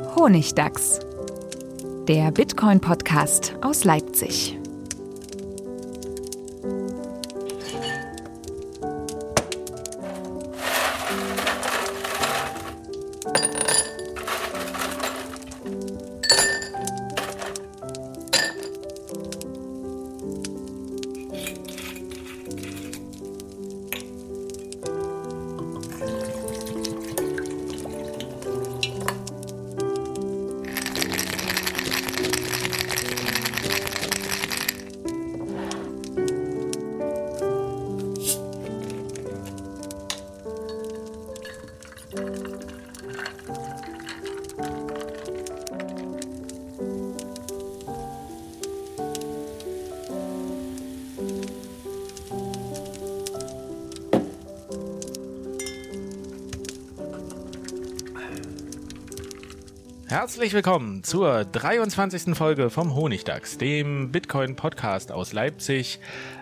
Honigdachs, der Bitcoin-Podcast aus Leipzig. Herzlich willkommen zur 23. Folge vom Honigdachs, dem Bitcoin-Podcast aus Leipzig.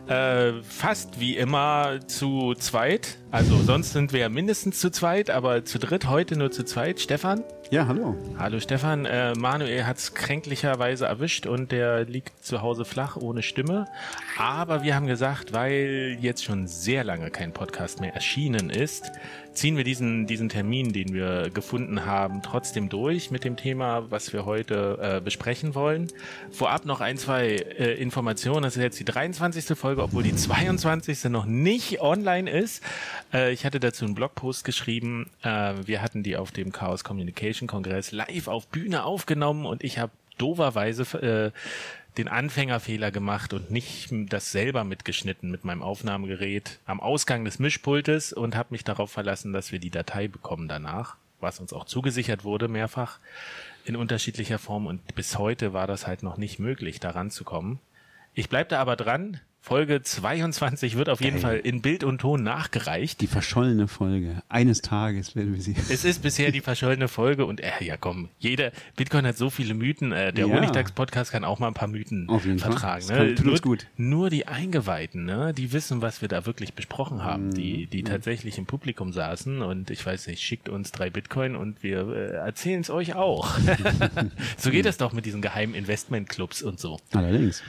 Fast wie immer zu zweit. Also sonst sind wir ja mindestens zu zweit, aber zu dritt heute nur zu zweit. Stefan? Ja, hallo. Hallo Stefan. Manuel hat's kränklicherweise erwischt und der liegt zu Hause flach ohne Stimme. Aber wir haben gesagt, weil jetzt schon sehr lange kein Podcast mehr erschienen ist, ziehen wir diesen Termin, den wir gefunden haben, trotzdem durch mit dem Thema, was wir heute besprechen wollen. Vorab noch ein, zwei Informationen. Das ist jetzt die 23. Folge, obwohl die 22. noch nicht online ist. Ich hatte dazu einen Blogpost geschrieben. Wir hatten die auf dem Chaos Communication Kongress live auf Bühne aufgenommen und ich habe doverweise den Anfängerfehler gemacht und nicht das selber mitgeschnitten mit meinem Aufnahmegerät am Ausgang des Mischpultes und habe mich darauf verlassen, dass wir die Datei bekommen danach, was uns auch zugesichert wurde mehrfach in unterschiedlicher Form und bis heute war das halt noch nicht möglich, da ranzukommen. Ich bleib da aber dran. Folge 22 wird auf jeden Fall in Bild und Ton nachgereicht. Die verschollene Folge. Eines Tages werden wir sie. Es ist bisher die verschollene Folge und Bitcoin hat so viele Mythen. Der Honigdachs-Podcast kann auch mal ein paar Mythen vertragen. Ne? Tut uns gut. Nur die Eingeweihten, ne? Die wissen, was wir da wirklich besprochen haben, die tatsächlich im Publikum saßen und ich weiß nicht, schickt uns 3 Bitcoin und wir erzählen es euch auch. So geht es doch mit diesen geheimen Investmentclubs und so. Allerdings.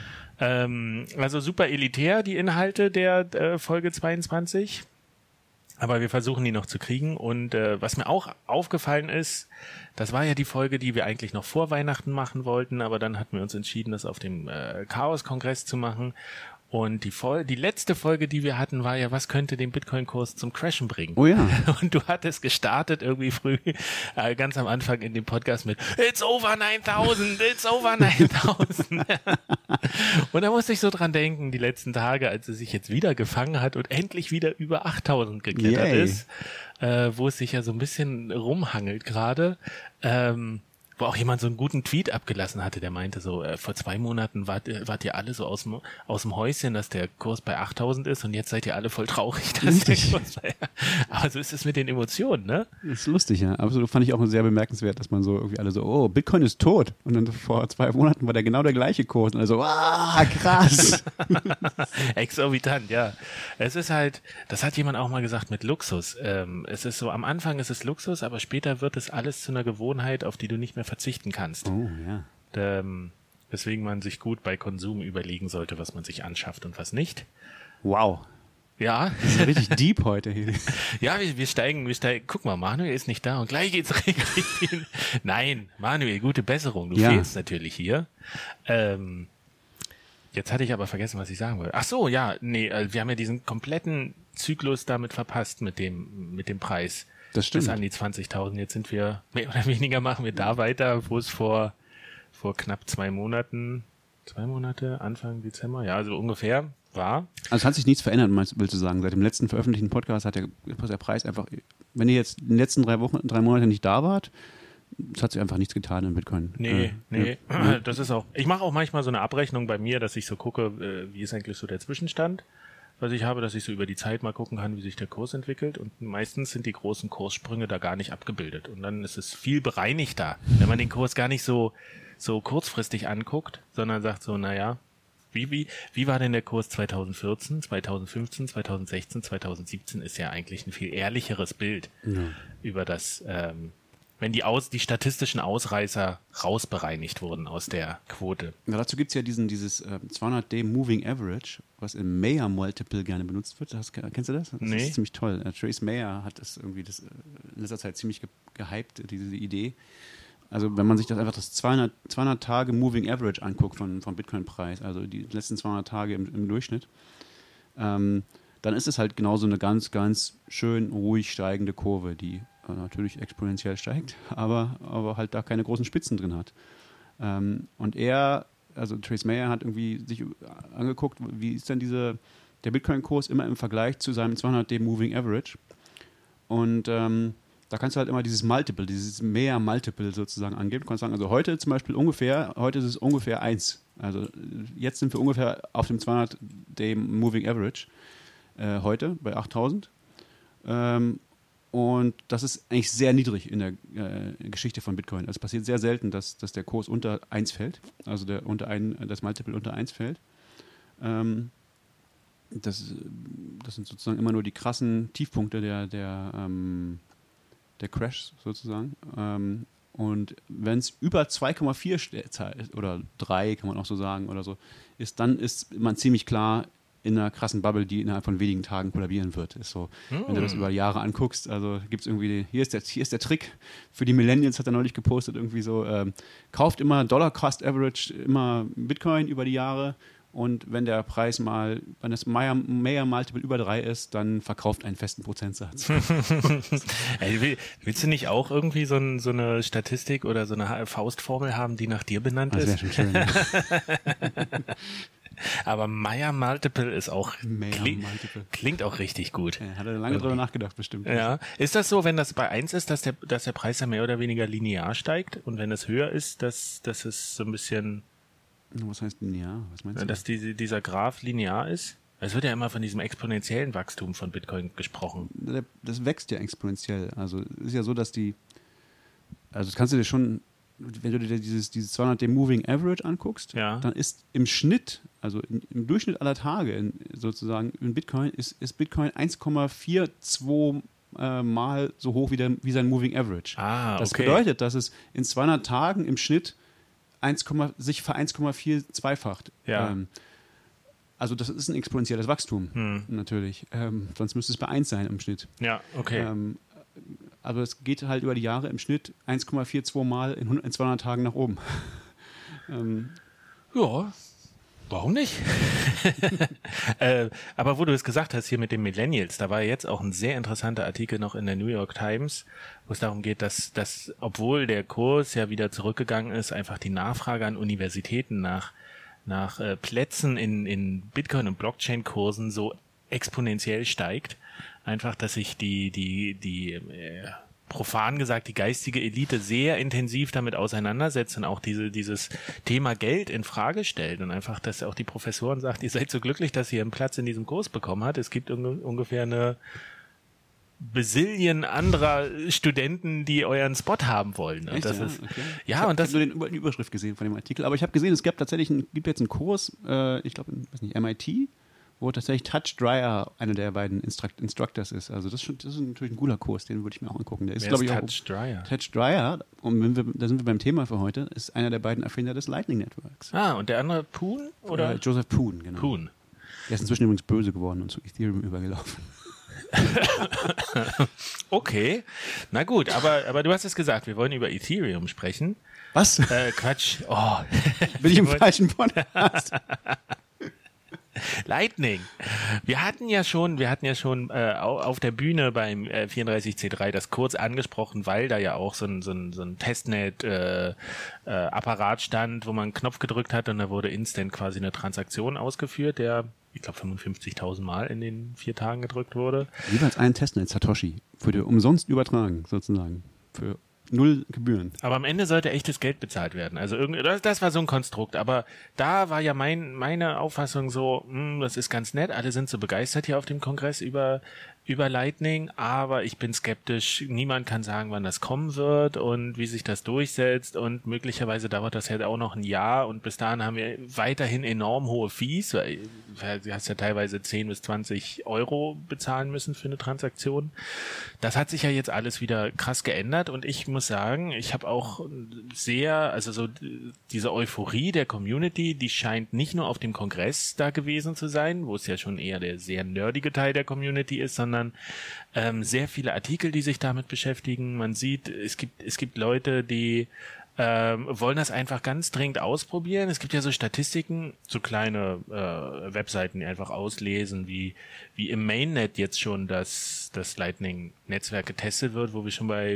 Also super elitär, die Inhalte der Folge 22. Aber wir versuchen die noch zu kriegen. Und was mir auch aufgefallen ist, das war ja die Folge, die wir eigentlich noch vor Weihnachten machen wollten. Aber dann hatten wir uns entschieden, das auf dem Chaos-Kongress zu machen. Und die letzte Folge, die wir hatten, war ja, was könnte den Bitcoin-Kurs zum Crashen bringen? Oh ja. Und du hattest gestartet irgendwie früh, ganz am Anfang in dem Podcast mit It's over 9000, it's over 9000. Und da musste ich so dran denken, die letzten Tage, als es sich jetzt wieder gefangen hat und endlich wieder über 8000 geklettert ist, wo es sich ja so ein bisschen rumhangelt gerade, wo auch jemand so einen guten Tweet abgelassen hatte, der meinte so, vor 2 Monaten wart ihr alle so aus dem Häuschen, dass der Kurs bei 8000 ist und jetzt seid ihr alle voll traurig, dass der Kurs bei... Aber so ist es mit den Emotionen, ne? Das ist lustig, ja. Absolut, fand ich auch sehr bemerkenswert, dass man so irgendwie alle so, oh, Bitcoin ist tot. Und dann vor 2 Monaten war der genau der gleiche Kurs. Und also, krass. Exorbitant, ja. Es ist halt, das hat jemand auch mal gesagt mit Luxus. Es ist so, am Anfang ist es Luxus, aber später wird es alles zu einer Gewohnheit, auf die du nicht mehr verzichten kannst. Oh, ja. Weswegen man sich gut bei Konsum überlegen sollte, was man sich anschafft und was nicht. Wow. Ja. Das ist ja richtig deep heute hier. Ja, wir steigen. Guck mal, Manuel ist nicht da und gleich geht's richtig. Nein, Manuel, gute Besserung. Du fehlst natürlich hier. Jetzt hatte ich aber vergessen, was ich sagen wollte. Ach so, ja, nee, wir haben ja diesen kompletten Zyklus damit verpasst mit dem Preis. Das stimmt. Bis an die 20.000. Jetzt sind wir, mehr oder weniger machen wir da weiter, wo es vor knapp 2 Monate, Anfang Dezember, ja, also ungefähr war. Also es hat sich nichts verändert, willst du sagen. Seit dem letzten veröffentlichten Podcast hat der Preis einfach, wenn ihr jetzt in den letzten 3 Monate nicht da wart, es hat sich einfach nichts getan in Bitcoin. Nee. Das ist auch, ich mache auch manchmal so eine Abrechnung bei mir, dass ich so gucke, wie ist eigentlich so der Zwischenstand. Was ich habe, dass ich so über die Zeit mal gucken kann, wie sich der Kurs entwickelt und meistens sind die großen Kurssprünge da gar nicht abgebildet und dann ist es viel bereinigter, wenn man den Kurs gar nicht so kurzfristig anguckt, sondern sagt so, naja, wie war denn der Kurs 2014, 2015, 2016, 2017 ist ja eigentlich ein viel ehrlicheres Bild über das wenn die statistischen Ausreißer rausbereinigt wurden aus der Quote. Ja, dazu gibt es ja dieses 200-Day Moving Average, was im Mayer Multiple gerne benutzt wird. Kennst du das? Das ist ziemlich toll. Trace Mayer hat es irgendwie in letzter Zeit ziemlich gehypt, diese Idee. Also wenn man sich das 200 Tage Moving Average anguckt vom Bitcoin-Preis, also die letzten 200 Tage im Durchschnitt, dann ist es halt genauso eine ganz, ganz schön ruhig steigende Kurve, die natürlich exponentiell steigt, aber halt da keine großen Spitzen drin hat. Und Trace Mayer hat irgendwie sich angeguckt, wie ist denn der Bitcoin-Kurs immer im Vergleich zu seinem 200-Day Moving Average. Und da kannst du halt immer dieses Mayer Multiple sozusagen angeben. Du kannst sagen, also heute ist es ungefähr 1. Also jetzt sind wir ungefähr auf dem 200-Day Moving Average heute bei 8000. Und das ist eigentlich sehr niedrig in der Geschichte von Bitcoin. Also es passiert sehr selten, dass der Kurs unter 1 fällt, also das Multiple unter 1 fällt. Das sind sozusagen immer nur die krassen Tiefpunkte der Crash sozusagen. Und wenn es über 2,4 oder 3, kann man auch so sagen, oder so, dann ist man ziemlich klar in einer krassen Bubble, die innerhalb von wenigen Tagen kollabieren wird. Ist so, wenn du das über Jahre anguckst, also gibt es irgendwie, hier ist der Trick für die Millennials, hat er neulich gepostet, irgendwie so, kauft immer Dollar Cost Average, immer Bitcoin über die Jahre, und wenn der Preis wenn das Mayer Multiple über 3 ist, dann verkauft einen festen Prozentsatz. Willst du nicht auch irgendwie so eine Statistik oder so eine Faustformel haben, die nach dir benannt ist? Das wäre schon schön. Ja. Aber Mayer Multiple ist auch Multiple. Klingt auch richtig gut. Ja, hat er lange drüber nachgedacht, bestimmt. Ja. Ist das so, wenn das bei 1 ist, dass der Preis ja mehr oder weniger linear steigt, und wenn es höher ist, dass es so ein bisschen... Was heißt linear? Was meinst du? Dass dieser Graph linear ist? Es wird ja immer von diesem exponentiellen Wachstum von Bitcoin gesprochen. Das wächst ja exponentiell. Also es ist ja so, dass das kannst du dir schon, wenn du dir dieses 200-Day Moving Average anguckst, dann ist im Schnitt, also im Durchschnitt aller Tage sozusagen in Bitcoin, ist Bitcoin 1,42 mal so hoch wie sein Moving Average. Das bedeutet, dass es in 200 Tagen im Schnitt sich ver 1,42-facht. Ja. Also das ist ein exponentielles Wachstum, natürlich. Sonst müsste es bei 1 sein im Schnitt. Ja, okay. Aber es geht halt über die Jahre im Schnitt 1,42 Mal in 200 Tagen nach oben. Ja, warum nicht? Aber wo du es gesagt hast, hier mit den Millennials, da war jetzt auch ein sehr interessanter Artikel noch in der New York Times, wo es darum geht, dass obwohl der Kurs ja wieder zurückgegangen ist, einfach die Nachfrage an Universitäten nach Plätzen in Bitcoin- und Blockchain-Kursen so exponentiell steigt. Einfach, dass sich die profan gesagt, die geistige Elite sehr intensiv damit auseinandersetzt und auch dieses Thema Geld in Frage stellt, und einfach, dass auch die Professoren sagt, ihr seid so glücklich, dass ihr einen Platz in diesem Kurs bekommen habt. Es gibt ungefähr eine Bazillion anderer Studenten, die euren Spot haben wollen. Und das ist, okay. Ja, ich und das... Ich habe nur die Überschrift gesehen von dem Artikel, aber ich habe gesehen, es gibt jetzt einen Kurs, ich glaube, MIT, wo tatsächlich Touch Dryer einer der beiden Instructors ist. Also das ist natürlich ein cooler Kurs, den würde ich mir auch angucken. Der ist, glaube ich, Touch Dryer? Touch Dryer, und da sind wir beim Thema für heute, ist einer der beiden Erfinder des Lightning Networks. Und der andere Poon? Oder? Joseph Poon, genau. Poon. Der ist inzwischen übrigens böse geworden und zu Ethereum übergelaufen. Okay, na gut, aber du hast es gesagt, wir wollen über Ethereum sprechen. Was? Quatsch. Oh. Bin ich im falschen Podcast? Lightning. Wir hatten ja schon auf der Bühne beim 34C3 das kurz angesprochen, weil da ja auch so ein Testnet-Apparat stand, wo man einen Knopf gedrückt hat und da wurde instant quasi eine Transaktion ausgeführt, der, ich glaube, 55.000 Mal in den 4 Tagen gedrückt wurde. Jeweils ein Testnet, Satoshi, würde umsonst übertragen, sozusagen. Für 0 Gebühren. Aber am Ende sollte echtes Geld bezahlt werden. Also das war so ein Konstrukt. Aber da war ja meine Auffassung so, das ist ganz nett. Alle sind so begeistert hier auf dem Kongress über über Lightning, aber ich bin skeptisch. Niemand kann sagen, wann das kommen wird und wie sich das durchsetzt und möglicherweise dauert das ja auch noch ein Jahr und bis dahin haben wir weiterhin enorm hohe Fees, weil du hast ja teilweise 10 bis 20 Euro bezahlen müssen für eine Transaktion. Das hat sich ja jetzt alles wieder krass geändert und ich muss sagen, ich habe auch also so diese Euphorie der Community, die scheint nicht nur auf dem Kongress da gewesen zu sein, wo es ja schon eher der sehr nerdige Teil der Community ist, sondern sehr viele Artikel, die sich damit beschäftigen. Man sieht, es gibt Leute, die wollen das einfach ganz dringend ausprobieren. Es gibt ja so Statistiken, so kleine Webseiten, die einfach auslesen, wie im Mainnet jetzt schon das Lightning-Netzwerk getestet wird, wo wir schon bei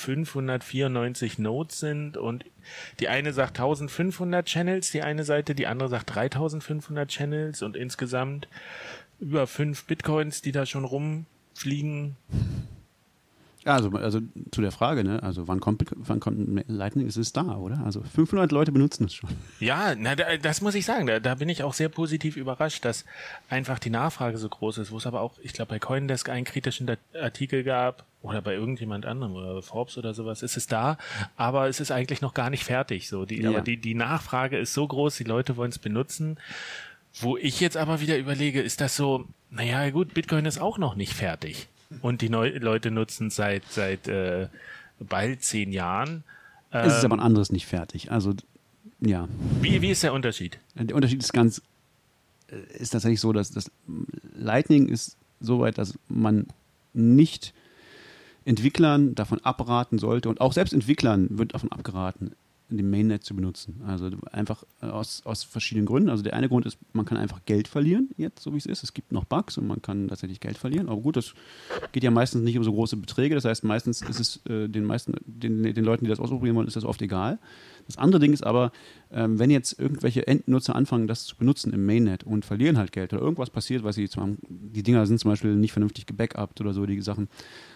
594 Nodes sind und die eine sagt 1500 Channels, die eine Seite, die andere sagt 3500 Channels und insgesamt über 5 Bitcoins, die da schon rumfliegen. Ja, also zu der Frage, ne? Also wann kommt Lightning? Es ist da, oder? Also 500 Leute benutzen es schon. Ja, das muss ich sagen. Da bin ich auch sehr positiv überrascht, dass einfach die Nachfrage so groß ist, wo es aber auch, ich glaube, bei CoinDesk einen kritischen Artikel gab oder bei irgendjemand anderem oder Forbes oder sowas, ist es da, aber es ist eigentlich noch gar nicht fertig. So, aber die Nachfrage ist so groß, die Leute wollen es benutzen. Wo ich jetzt aber wieder überlege, ist das so, naja gut, Bitcoin ist auch noch nicht fertig. Und die Leute nutzen es seit bald 10 Jahren. Es ist aber ein anderes nicht fertig. Also, ja. Wie ist der Unterschied? Der Unterschied ist tatsächlich so, dass das Lightning ist so weit, dass man nicht Entwicklern davon abraten sollte und auch selbst Entwicklern wird davon abgeraten, den Mainnet zu benutzen. Also einfach aus verschiedenen Gründen. Also der eine Grund ist, man kann einfach Geld verlieren, jetzt so wie es ist. Es gibt noch Bugs und man kann tatsächlich Geld verlieren. Aber gut, das geht ja meistens nicht um so große Beträge. Das heißt, meistens ist es den Leuten, die das ausprobieren wollen, ist das oft egal. Das andere Ding ist aber, wenn jetzt irgendwelche Endnutzer anfangen, das zu benutzen im Mainnet und verlieren halt Geld oder irgendwas passiert, weil die Dinger sind zum Beispiel nicht vernünftig gebackupt oder so, die Sachen,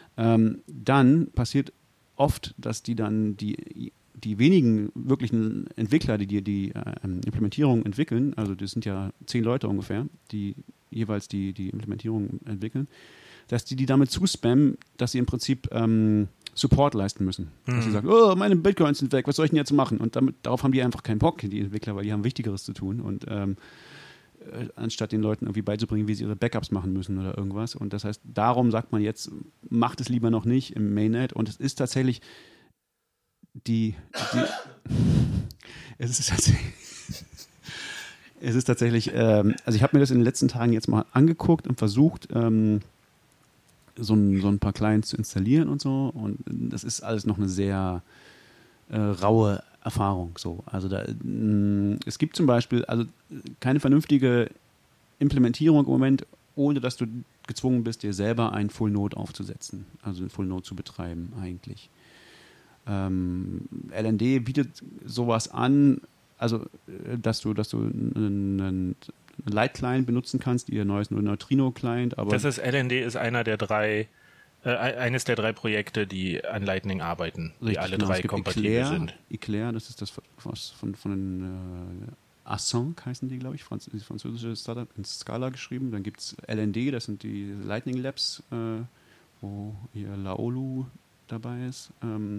dann passiert oft, dass die dann die wenigen wirklichen Entwickler, die Implementierung entwickeln, also das sind ja 10 Leute ungefähr, die jeweils die Implementierung entwickeln, dass die damit zuspammen, dass sie im Prinzip Support leisten müssen. Dass sie sagen, oh, meine Bitcoins sind weg, was soll ich denn jetzt machen? Und darauf haben die einfach keinen Bock, die Entwickler, weil die haben Wichtigeres zu tun und anstatt den Leuten irgendwie beizubringen, wie sie ihre Backups machen müssen oder irgendwas. Und das heißt, darum sagt man jetzt, macht es lieber noch nicht im Mainnet. Und es ist tatsächlich es ist tatsächlich, also ich habe mir das in den letzten Tagen jetzt mal angeguckt und versucht, so ein paar Clients zu installieren und so. Und das ist alles noch eine sehr raue Erfahrung. So. Also es gibt zum Beispiel keine vernünftige Implementierung im Moment, ohne dass du gezwungen bist, dir selber ein Full Node aufzusetzen, also ein Full Node zu betreiben eigentlich. LND bietet sowas an, also dass du einen Light-Client benutzen kannst, ihr neues Neutrino-Client. Aber LND ist eines der 3 Projekte, die an Lightning arbeiten, die richtig, alle 3 kompatibel sind. Eclair, das ist das von den Assange heißen die, glaube ich, französische Startup in Scala geschrieben. Dann gibt es LND, das sind die Lightning Labs, wo hier Laolu dabei ist.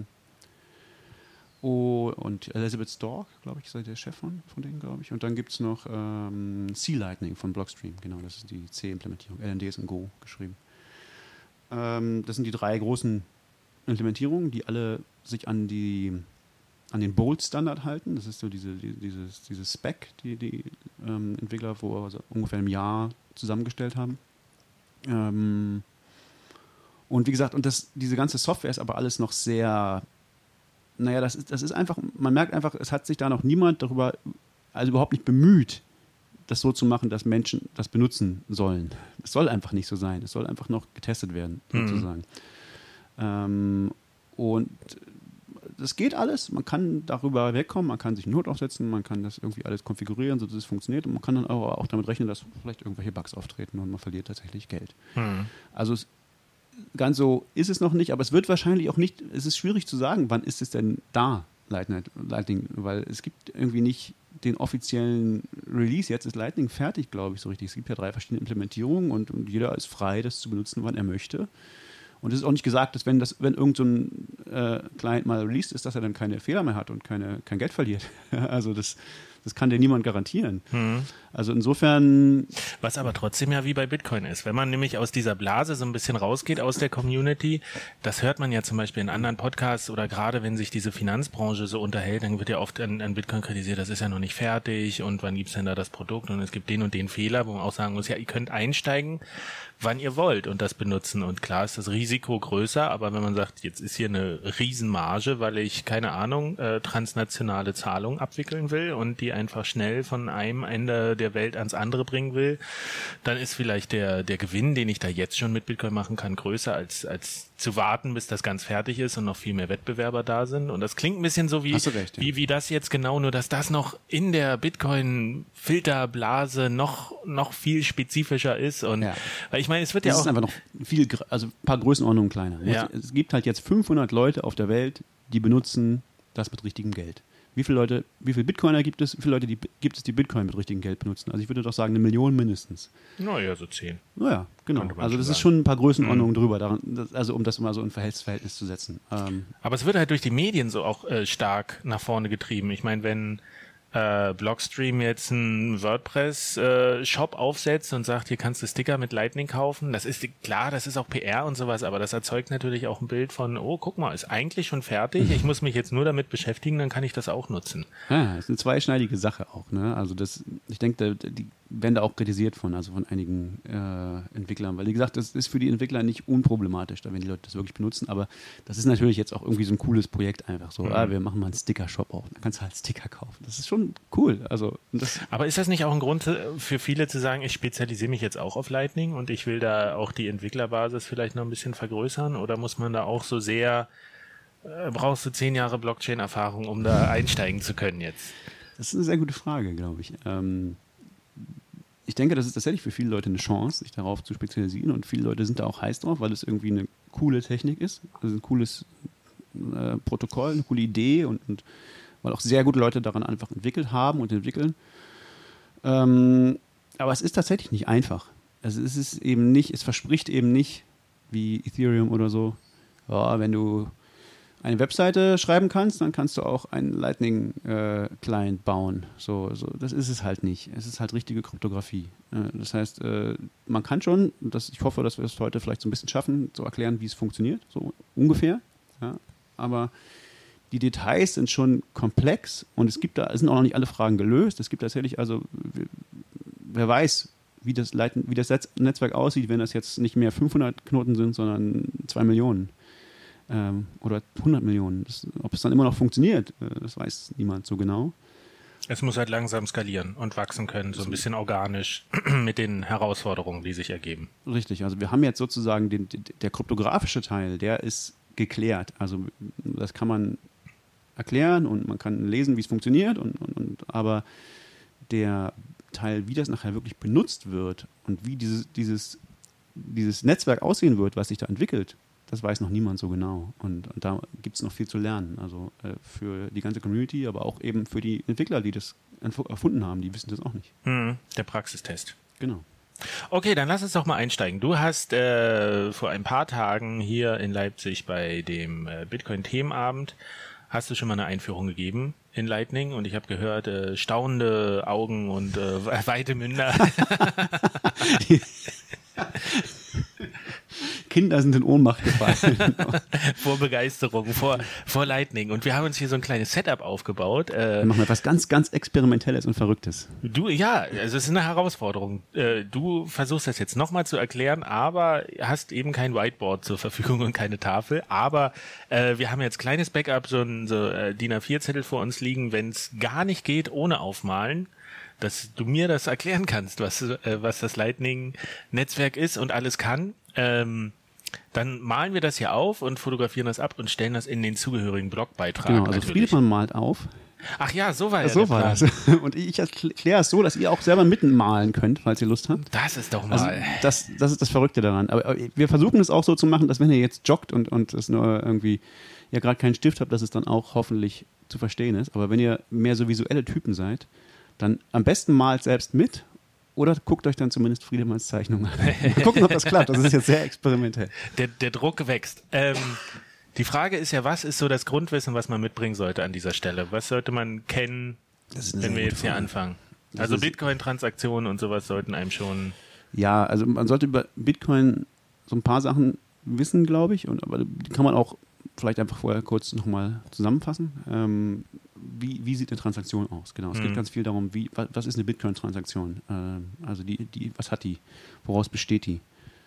Und Elizabeth Stork, glaube ich, ist der Chef von denen, glaube ich. Und dann gibt es noch C-Lightning von Blockstream, genau, das ist die C-Implementierung. LND ist in Go geschrieben. Das sind die 3 großen Implementierungen, die alle sich an den Bolt-Standard halten. Das ist so diese Spec, die Entwickler vor ungefähr einem Jahr zusammengestellt haben. Und wie gesagt, diese ganze Software ist aber alles noch sehr... Naja, das ist einfach, man merkt einfach, es hat sich da noch niemand überhaupt nicht bemüht, das so zu machen, dass Menschen das benutzen sollen. Es soll einfach nicht so sein. Es soll einfach noch getestet werden, sozusagen. Und das geht alles. Man kann darüber wegkommen, man kann sich einen Node aufsetzen, man kann das irgendwie alles konfigurieren, sodass es funktioniert. Und man kann dann auch damit rechnen, dass vielleicht irgendwelche Bugs auftreten und man verliert tatsächlich Geld. Also ganz so ist es noch nicht, aber es wird wahrscheinlich auch nicht, es ist schwierig zu sagen, wann ist es denn da, Lightning, weil es gibt irgendwie nicht den offiziellen Release. Jetzt ist Lightning fertig, glaube ich, so richtig. Es gibt ja 3 verschiedene Implementierungen und jeder ist frei, das zu benutzen, wann er möchte. Und es ist auch nicht gesagt, dass wenn irgend so ein Client mal released ist, dass er dann keine Fehler mehr hat und kein Geld verliert. Also das kann dir niemand garantieren. Also insofern... Was aber trotzdem ja wie bei Bitcoin ist. Wenn man nämlich aus dieser Blase so ein bisschen rausgeht, aus der Community, das hört man ja zum Beispiel in anderen Podcasts oder gerade wenn sich diese Finanzbranche so unterhält, dann wird ja oft an Bitcoin kritisiert, das ist ja noch nicht fertig und wann gibt's denn da das Produkt und es gibt den und den Fehler, wo man auch sagen muss, ja, ihr könnt einsteigen, wann ihr wollt und das benutzen. Und klar ist das Risiko größer, aber wenn man sagt, jetzt ist hier eine Riesenmarge, weil ich, keine Ahnung, transnationale Zahlungen abwickeln will und die einfach schnell von einem Ende der Welt ans andere bringen will, dann ist vielleicht der Gewinn, den ich da jetzt schon mit Bitcoin machen kann, größer als zu warten, bis das ganz fertig ist und noch viel mehr Wettbewerber da sind. Und das klingt ein bisschen so wie, recht, ja. wie das jetzt genau, nur dass das noch in der Bitcoin-Filterblase noch viel spezifischer ist. Und weil ich meine, es wird ja auch... Es ist einfach noch ein paar Größenordnungen kleiner. Ja. Es gibt halt jetzt 500 Leute auf der Welt, die benutzen das mit richtigem Geld. Wie viele Bitcoiner gibt es? Wie viele Leute gibt es, die Bitcoin mit richtigem Geld benutzen? Also ich würde doch sagen, 1 Million mindestens. Naja, so 10. Naja, genau. Also das ist schon ein paar Größenordnungen drüber, also um das mal so in Verhältnis zu setzen. Aber es wird halt durch die Medien so auch stark nach vorne getrieben. Ich meine, wenn Blockstream jetzt einen WordPress-Shop aufsetzt und sagt, hier kannst du Sticker mit Lightning kaufen, das ist klar, das ist auch PR und sowas, aber das erzeugt natürlich auch ein Bild von, oh, guck mal, ist eigentlich schon fertig, ich muss mich jetzt nur damit beschäftigen, dann kann ich das auch nutzen. Ja, das ist eine zweischneidige Sache auch, ne? Also ich denke, die werden da auch kritisiert von einigen Entwicklern, weil wie gesagt, das ist für die Entwickler nicht unproblematisch, da wenn die Leute das wirklich benutzen, aber das ist natürlich jetzt auch irgendwie so ein cooles Projekt einfach so, wir machen mal einen Sticker-Shop auf, dann kannst du halt Sticker kaufen. Das ist schon cool. Aber ist das nicht auch ein Grund für viele zu sagen, ich spezialisiere mich jetzt auch auf Lightning und ich will da auch die Entwicklerbasis vielleicht noch ein bisschen vergrößern, oder muss man da auch so sehr, brauchst du 10 Jahre Blockchain-Erfahrung, um da einsteigen zu können jetzt? Das ist eine sehr gute Frage, glaube ich. Ich denke, das ist tatsächlich für viele Leute eine Chance, sich darauf zu spezialisieren, und viele Leute sind da auch heiß drauf, weil es irgendwie eine coole Technik ist, also ein cooles Protokoll, eine coole Idee und weil auch sehr gute Leute daran einfach entwickelt haben und entwickeln. Aber es ist tatsächlich nicht einfach. Also es verspricht eben nicht, wie Ethereum oder so, wenn du eine Webseite schreiben kannst, dann kannst du auch einen Lightning-Client bauen. So, das ist es halt nicht. Es ist halt richtige Kryptographie. Das heißt, man kann schon, ich hoffe, dass wir es heute vielleicht so ein bisschen schaffen, zu erklären, wie es funktioniert, so ungefähr. Ja, aber die Details sind schon komplex und es sind auch noch nicht alle Fragen gelöst. Es gibt tatsächlich, also wer weiß, wie das Netzwerk aussieht, wenn das jetzt nicht mehr 500 Knoten sind, sondern 2 Millionen oder 100 Millionen. Ob es dann immer noch funktioniert, das weiß niemand so genau. Es muss halt langsam skalieren und wachsen können, so ein bisschen organisch mit den Herausforderungen, die sich ergeben. Richtig, also wir haben jetzt sozusagen der kryptografische Teil, der ist geklärt. Also das kann man erklären und man kann lesen, wie es funktioniert, aber der Teil, wie das nachher wirklich benutzt wird und wie dieses Netzwerk aussehen wird, was sich da entwickelt, das weiß noch niemand so genau. Und da gibt es noch viel zu lernen. Also für die ganze Community, aber auch eben für die Entwickler, die das erfunden haben, die wissen das auch nicht. Der Praxistest. Genau. Okay, dann lass uns doch mal einsteigen. Du hast vor ein paar Tagen hier in Leipzig bei dem Bitcoin-Themenabend hast du schon mal eine Einführung gegeben in Lightning, und ich habe gehört, staunende Augen und weite Münder. Kinder sind in Ohnmacht gefallen. Vor Begeisterung, vor Lightning. Und wir haben uns hier so ein kleines Setup aufgebaut. Wir machen etwas ganz, ganz Experimentelles und Verrücktes. Also es ist eine Herausforderung. Du versuchst das jetzt nochmal zu erklären, aber hast eben kein Whiteboard zur Verfügung und keine Tafel. Aber wir haben jetzt kleines Backup, so DIN A4-Zettel vor uns liegen, wenn es gar nicht geht, ohne aufmalen, dass du mir das erklären kannst, was das Lightning-Netzwerk ist und alles kann. Dann malen wir das hier auf und fotografieren das ab und stellen das in den zugehörigen Blogbeitrag. Genau, also Friedemann malt auf. Ach ja, so war so war das. Und ich erkläre es so, dass ihr auch selber mitmalen könnt, falls ihr Lust habt. Das ist doch mal... Also das ist das Verrückte daran. Aber wir versuchen es auch so zu machen, dass wenn ihr jetzt joggt und es nur irgendwie gerade keinen Stift habt, dass es dann auch hoffentlich zu verstehen ist. Aber wenn ihr mehr so visuelle Typen seid, dann am besten malt selbst mit oder guckt euch dann zumindest Friedemanns Zeichnung an. Mal gucken, ob das klappt. Das ist jetzt sehr experimentell. Der Druck wächst. Die Frage ist ja, was ist so das Grundwissen, was man mitbringen sollte an dieser Stelle? Was sollte man kennen, wenn wir jetzt hier anfangen? Also Bitcoin-Transaktionen und sowas sollten einem schon... Ja, also man sollte über Bitcoin so ein paar Sachen wissen, glaube ich. Aber die kann man auch vielleicht einfach vorher kurz nochmal zusammenfassen. Wie sieht eine Transaktion aus? Genau, es geht ganz viel darum, was ist eine Bitcoin-Transaktion? Also was hat die? Woraus besteht die?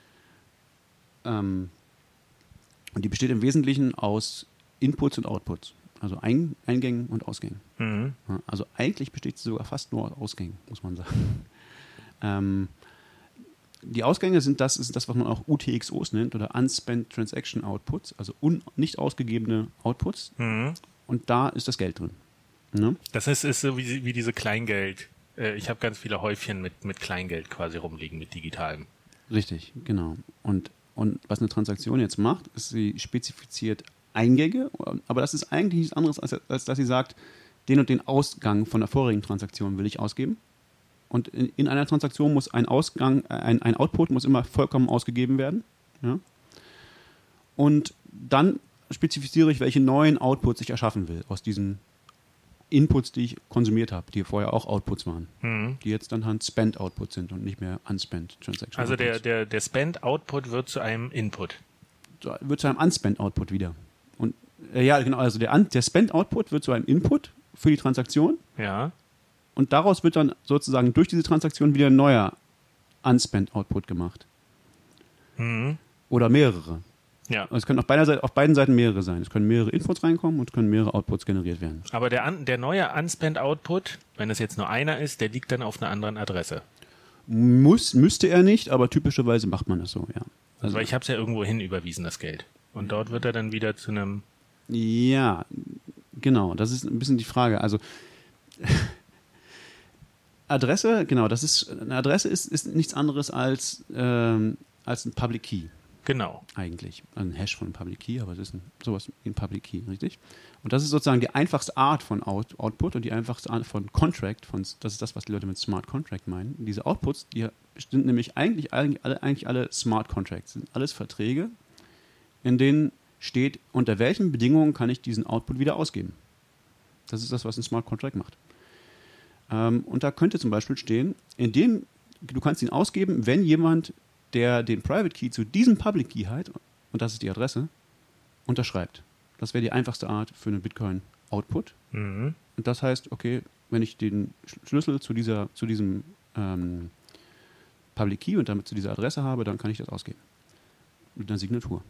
Und die besteht im Wesentlichen aus Inputs und Outputs, also Eingängen und Ausgängen. Mhm. Also eigentlich besteht sie sogar fast nur aus Ausgängen, muss man sagen. Die Ausgänge ist das, was man auch UTXOs nennt oder Unspent Transaction Outputs, also nicht ausgegebene Outputs. Mhm. Und da ist das Geld drin. Ne? Das ist so wie diese Kleingeld. Ich habe ganz viele Häufchen mit Kleingeld quasi rumliegen, mit digitalem. Richtig, genau. Und was eine Transaktion jetzt macht, ist, sie spezifiziert Eingänge, aber das ist eigentlich nichts anderes, als dass sie sagt, den und den Ausgang von der vorigen Transaktion will ich ausgeben. Und in einer Transaktion muss ein Output muss immer vollkommen ausgegeben werden. Ja? Und dann spezifiziere ich, welche neuen Outputs ich erschaffen will aus diesen Inputs, die ich konsumiert habe, die vorher auch Outputs waren, die jetzt dann halt Spent-Outputs sind und nicht mehr Unspent Transaction. Also der Spent-Output wird zu einem Input. Wird zu einem Unspent-Output wieder. Und ja, genau, also der Spent-Output wird zu einem Input für die Transaktion. Ja. Und daraus wird dann sozusagen durch diese Transaktion wieder ein neuer Unspent-Output gemacht. Mhm. Oder mehrere. Ja. Es können auf beiden Seiten mehrere sein. Es können mehrere Inputs reinkommen und es können mehrere Outputs generiert werden. Aber der neue Unspent-Output, wenn es jetzt nur einer ist, der liegt dann auf einer anderen Adresse. Müsste er nicht, aber typischerweise macht man das so, ja. Also weil ich habe es ja irgendwo hin überwiesen, das Geld. Und dort wird er dann wieder zu einem... Ja, genau. Das ist ein bisschen die Frage. Also... Adresse, genau, eine Adresse ist nichts anderes als ein Public Key. Genau. Eigentlich. Ein Hash von einem Public Key, aber es ist sowas wie ein Public Key, richtig? Und das ist sozusagen die einfachste Art von Output und die einfachste Art von Contract, das ist das, was die Leute mit Smart Contract meinen. Diese Outputs, die sind nämlich eigentlich alle Smart Contracts, sind alles Verträge, in denen steht, unter welchen Bedingungen kann ich diesen Output wieder ausgeben. Das ist das, was ein Smart Contract macht. Und da könnte zum Beispiel stehen, du kannst ihn ausgeben, wenn jemand, der den Private Key zu diesem Public Key hat, und das ist die Adresse, unterschreibt. Das wäre die einfachste Art für einen Bitcoin-Output. Mhm. Und das heißt, okay, wenn ich den Schlüssel zu diesem Public Key und damit zu dieser Adresse habe, dann kann ich das ausgeben. Mit einer Signatur.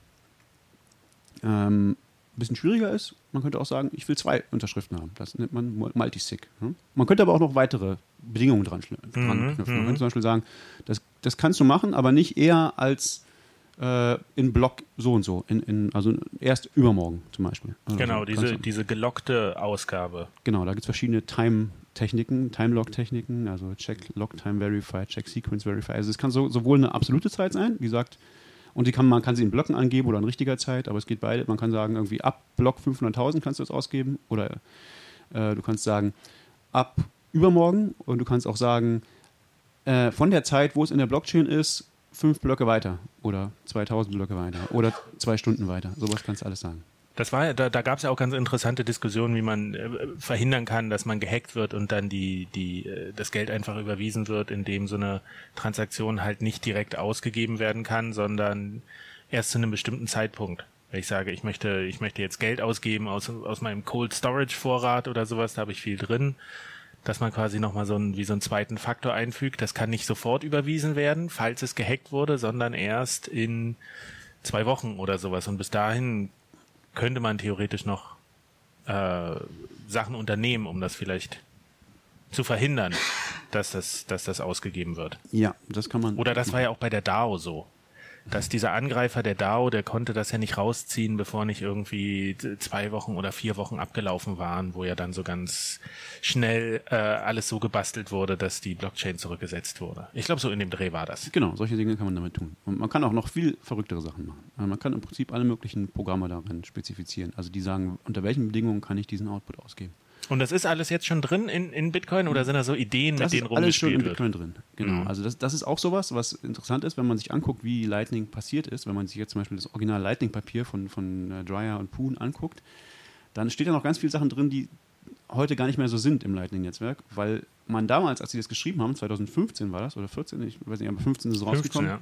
Ein bisschen schwieriger ist, man könnte auch sagen, ich will 2 Unterschriften haben. Das nennt man Multisig. Man könnte aber auch noch weitere Bedingungen dran knüpfen. Man könnte zum Beispiel sagen, das kannst du machen, aber nicht eher als in Block so und so. Also erst übermorgen zum Beispiel. Also genau, diese gelockte Ausgabe. Genau, da gibt es verschiedene Time-Lock-Techniken, also Check Lock Time Verify, Check Sequence Verify. Also es kann sowohl eine absolute Zeit sein, die sagt, und man kann sie in Blöcken angeben oder in richtiger Zeit, aber es geht beide. Man kann sagen, irgendwie ab Block 500.000 kannst du das ausgeben oder du kannst sagen, ab übermorgen und du kannst auch sagen, von der Zeit, wo es in der Blockchain ist, 5 Blöcke weiter oder 2000 Blöcke weiter oder 2 Stunden weiter. Sowas kannst du alles sagen. Da gab es ja auch ganz interessante Diskussionen, wie man verhindern kann, dass man gehackt wird und dann das Geld einfach überwiesen wird, indem so eine Transaktion halt nicht direkt ausgegeben werden kann, sondern erst zu einem bestimmten Zeitpunkt. Wenn ich sage, ich möchte jetzt Geld ausgeben aus meinem Cold Storage Vorrat oder sowas, da habe ich viel drin, dass man quasi nochmal so einen zweiten Faktor einfügt. Das kann nicht sofort überwiesen werden, falls es gehackt wurde, sondern erst in 2 Wochen oder sowas. Und bis dahin könnte man theoretisch noch Sachen unternehmen, um das vielleicht zu verhindern, dass das ausgegeben wird. Ja, das kann man. Oder das war ja auch bei der DAO so. dass dieser Angreifer, der DAO, der konnte das ja nicht rausziehen, bevor nicht irgendwie 2 Wochen oder 4 Wochen abgelaufen waren, wo ja dann so ganz schnell alles so gebastelt wurde, dass die Blockchain zurückgesetzt wurde. Ich glaube, so in dem Dreh war das. Genau, solche Dinge kann man damit tun. Und man kann auch noch viel verrücktere Sachen machen. Also man kann im Prinzip alle möglichen Programme darin spezifizieren. Also die sagen, unter welchen Bedingungen kann ich diesen Output ausgeben. Und das ist alles jetzt schon drin in Bitcoin oder sind da so Ideen, mit denen rumgespielt wird? Das ist alles schon in Bitcoin drin, genau. Also das ist auch sowas, was interessant ist, wenn man sich anguckt, wie Lightning passiert ist. Wenn man sich jetzt zum Beispiel das Original Lightning-Papier von Dreyer und Poon anguckt, dann steht da noch ganz viele Sachen drin, die heute gar nicht mehr so sind im Lightning-Netzwerk, weil man damals, als sie das geschrieben haben, 2015 war das, oder 14, ich weiß nicht, aber 15 ist es rausgekommen.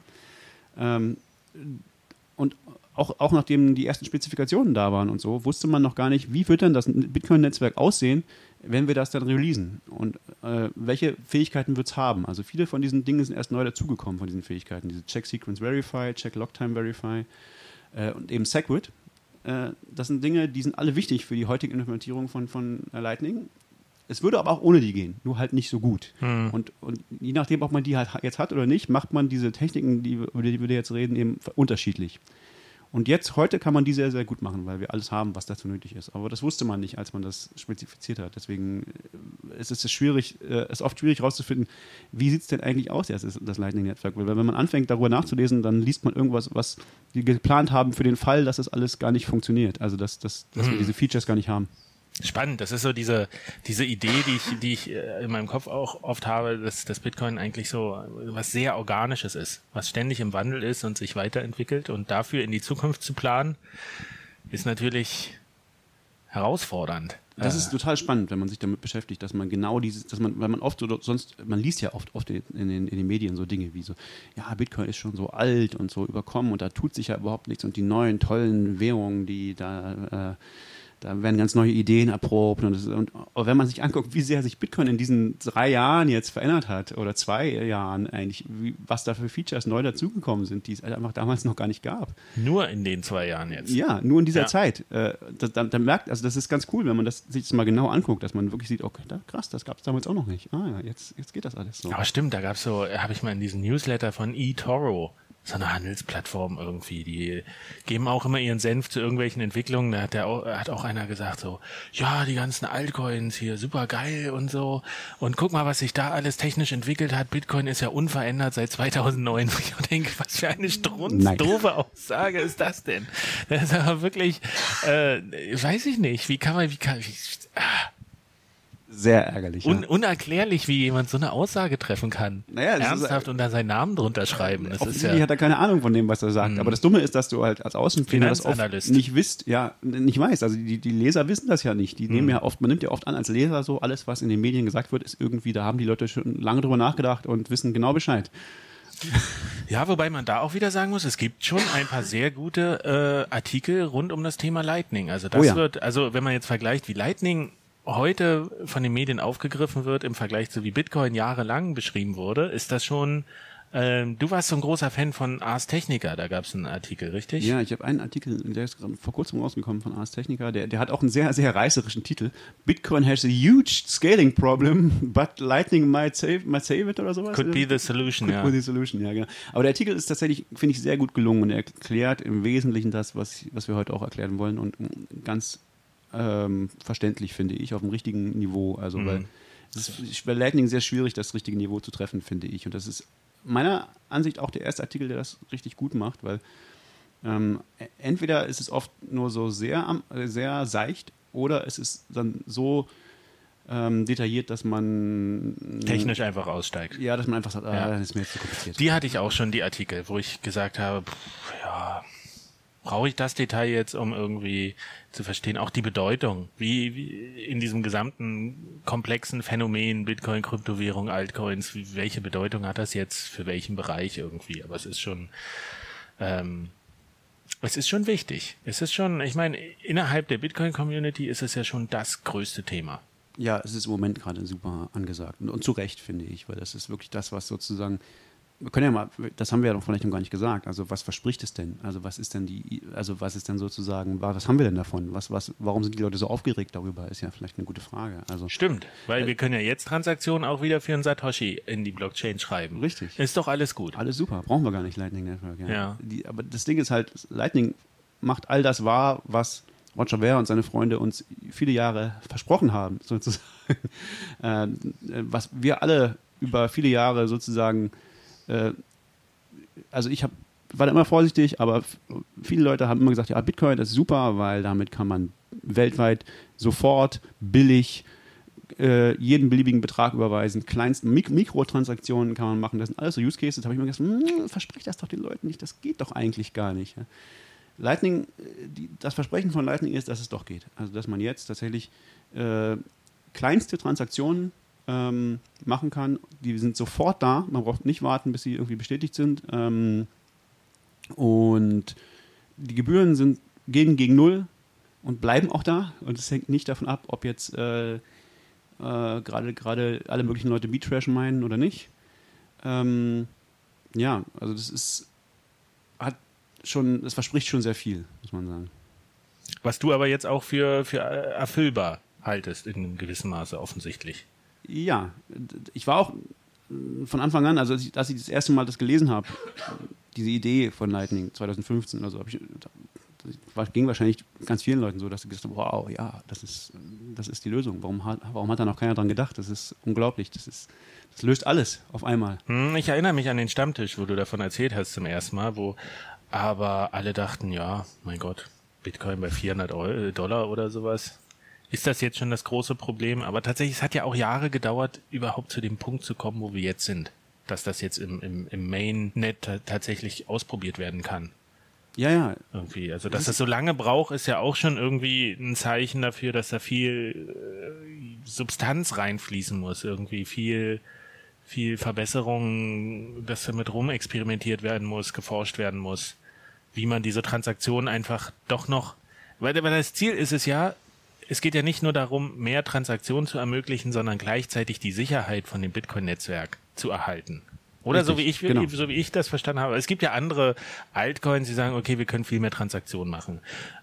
15, ja. Und auch nachdem die ersten Spezifikationen da waren und so, wusste man noch gar nicht, wie wird denn das Bitcoin-Netzwerk aussehen, wenn wir das dann releasen und welche Fähigkeiten wird es haben. Also viele von diesen Dingen sind erst neu dazugekommen, von diesen Fähigkeiten. Diese Check-Sequence-Verify, Check-Log-Time-Verify und eben Segwit. Das sind Dinge, die sind alle wichtig für die heutige Implementierung von Lightning. Es würde aber auch ohne die gehen, nur halt nicht so gut. Und je nachdem, ob man die halt jetzt hat oder nicht, macht man diese Techniken, über die wir jetzt reden, eben unterschiedlich. Und heute kann man die sehr, sehr gut machen, weil wir alles haben, was dazu nötig ist. Aber das wusste man nicht, als man das spezifiziert hat. Deswegen ist es oft schwierig herauszufinden, wie sieht es denn eigentlich aus, das Lightning-Netzwerk. Weil wenn man anfängt, darüber nachzulesen, dann liest man irgendwas, was die geplant haben für den Fall, dass das alles gar nicht funktioniert. Also dass wir diese Features gar nicht haben. Spannend, das ist so diese Idee, die ich in meinem Kopf auch oft habe, dass Bitcoin eigentlich so was sehr Organisches ist, was ständig im Wandel ist und sich weiterentwickelt, und dafür in die Zukunft zu planen, ist natürlich herausfordernd. Das ist total spannend, wenn man sich damit beschäftigt, dass man genau weil man oft man liest ja oft in den Medien so Dinge wie so, ja, Bitcoin ist schon so alt und so überkommen und da tut sich ja überhaupt nichts und die neuen tollen Währungen, die da werden ganz neue Ideen erprobt. Und wenn man sich anguckt, wie sehr sich Bitcoin in diesen 3 Jahren jetzt verändert hat, oder 2 Jahren eigentlich, was da für Features neu dazugekommen sind, die es einfach damals noch gar nicht gab. Nur in den 2 Jahren jetzt? Ja, nur in dieser Zeit. Dann merkt, also das ist ganz cool, wenn man sich das mal genau anguckt, dass man wirklich sieht, okay, krass, das gab es damals auch noch nicht. Ah ja, jetzt geht das alles so. Aber stimmt, da gab es habe ich mal in diesem Newsletter von eToro, so eine Handelsplattform irgendwie, die geben auch immer ihren Senf zu irgendwelchen Entwicklungen. Da hat auch einer gesagt so, ja, die ganzen Altcoins hier, super geil und so. Und guck mal, was sich da alles technisch entwickelt hat. Bitcoin ist ja unverändert seit 2009. Ich denke, was für eine strunzdoofe Aussage ist das denn? Das ist aber wirklich, weiß ich nicht, sehr ärgerlich. Unerklärlich, wie jemand so eine Aussage treffen kann. Naja, ernsthaft und da seinen Namen drunter schreiben. Das offensichtlich hat er keine Ahnung von dem, was er sagt. Aber das Dumme ist, dass du halt als Außenstehender das oft nicht weißt. Also die Leser wissen das ja nicht. Man nimmt ja oft an als Leser so, alles, was in den Medien gesagt wird, ist irgendwie, da haben die Leute schon lange drüber nachgedacht und wissen genau Bescheid. Ja, wobei man da auch wieder sagen muss, es gibt schon ein paar sehr gute Artikel rund um das Thema Lightning. Also wenn man jetzt vergleicht, wie Lightning heute von den Medien aufgegriffen wird im Vergleich zu wie Bitcoin jahrelang beschrieben wurde, ist das schon, du warst so ein großer Fan von Ars Technica, da gab es einen Artikel, richtig? Ja, ich habe einen Artikel, der ist vor kurzem rausgekommen von Ars Technica, der hat auch einen sehr, sehr reißerischen Titel. Bitcoin has a huge scaling problem, but Lightning might save it oder sowas. Could be the solution, Could be the solution, ja, genau. Aber der Artikel ist tatsächlich, finde ich, sehr gut gelungen und er erklärt im Wesentlichen das, was wir heute auch erklären wollen und ganz verständlich, finde ich, auf dem richtigen Niveau. Also, weil es ist bei Lightning sehr schwierig, das richtige Niveau zu treffen, finde ich. Und das ist meiner Ansicht auch der erste Artikel, der das richtig gut macht, weil entweder ist es oft nur so sehr, sehr seicht oder es ist dann so detailliert, dass man technisch einfach aussteigt. Ja, dass man einfach sagt, das ist mir jetzt zu kompliziert. Die hatte ich auch schon, die Artikel, wo ich gesagt habe, brauche ich das Detail jetzt, um irgendwie zu verstehen, auch die Bedeutung, wie in diesem gesamten komplexen Phänomen Bitcoin, Kryptowährung, Altcoins, welche Bedeutung hat das jetzt für welchen Bereich irgendwie? Aber es ist schon wichtig. Es ist schon, ich meine, innerhalb der Bitcoin-Community ist es ja schon das größte Thema. Ja, es ist im Moment gerade super angesagt und zu Recht, finde ich, weil das ist wirklich das, was sozusagen wir können ja mal, das haben wir ja noch vielleicht noch gar nicht gesagt, also was verspricht es denn? Also was ist denn sozusagen, was haben wir denn davon? Warum sind die Leute so aufgeregt darüber? Ist ja vielleicht eine gute Frage. Also, stimmt, weil wir können ja jetzt Transaktionen auch wieder für einen Satoshi in die Blockchain schreiben. Richtig. Ist doch alles gut. Alles super, brauchen wir gar nicht Lightning Network. Ja. Aber das Ding ist halt, Lightning macht all das wahr, was Roger Ver und seine Freunde uns viele Jahre versprochen haben, sozusagen. Was wir alle über viele Jahre sozusagen, also war da immer vorsichtig, aber viele Leute haben immer gesagt, ja, Bitcoin, das ist super, weil damit kann man weltweit sofort billig jeden beliebigen Betrag überweisen, kleinsten Mikrotransaktionen kann man machen, das sind alles so Use Cases, da habe ich mir gedacht, versprecht das doch den Leuten nicht, das geht doch eigentlich gar nicht. Ja. Lightning, das Versprechen von Lightning ist, dass es doch geht. Also, dass man jetzt tatsächlich kleinste Transaktionen machen kann. Die sind sofort da. Man braucht nicht warten, bis sie irgendwie bestätigt sind. Und die Gebühren gehen gegen null und bleiben auch da. Und es hängt nicht davon ab, ob jetzt gerade alle möglichen Leute BitTrash meinen oder nicht. Ja, also das verspricht schon sehr viel, muss man sagen. Was du aber jetzt auch für erfüllbar haltest, in einem gewissen Maße offensichtlich. Ja, ich war auch von Anfang an, also als ich das erste Mal das gelesen habe, diese Idee von Lightning 2015 oder so, ging wahrscheinlich ganz vielen Leuten so, dass sie gesagt haben, wow, ja, das ist die Lösung. Warum hat da noch keiner dran gedacht? Das ist unglaublich. Das löst alles auf einmal. Ich erinnere mich an den Stammtisch, wo du davon erzählt hast zum ersten Mal, wo aber alle dachten, ja, mein Gott, Bitcoin bei $400 oder sowas. Ist das jetzt schon das große Problem? Aber tatsächlich, es hat ja auch Jahre gedauert, überhaupt zu dem Punkt zu kommen, wo wir jetzt sind. Dass das jetzt im Mainnet tatsächlich ausprobiert werden kann. Ja. Irgendwie. Also, dass das so lange braucht, ist ja auch schon irgendwie ein Zeichen dafür, dass da viel Substanz reinfließen muss. Irgendwie viel Verbesserung, dass damit rumexperimentiert werden muss, geforscht werden muss. Wie man diese Transaktionen einfach doch noch, weil das Ziel ist es ja, es geht ja nicht nur darum, mehr Transaktionen zu ermöglichen, sondern gleichzeitig die Sicherheit von dem Bitcoin-Netzwerk zu erhalten. Oder richtig, so wie ich das verstanden habe. Es gibt ja andere Altcoins, die sagen, okay, wir können viel mehr Transaktionen machen.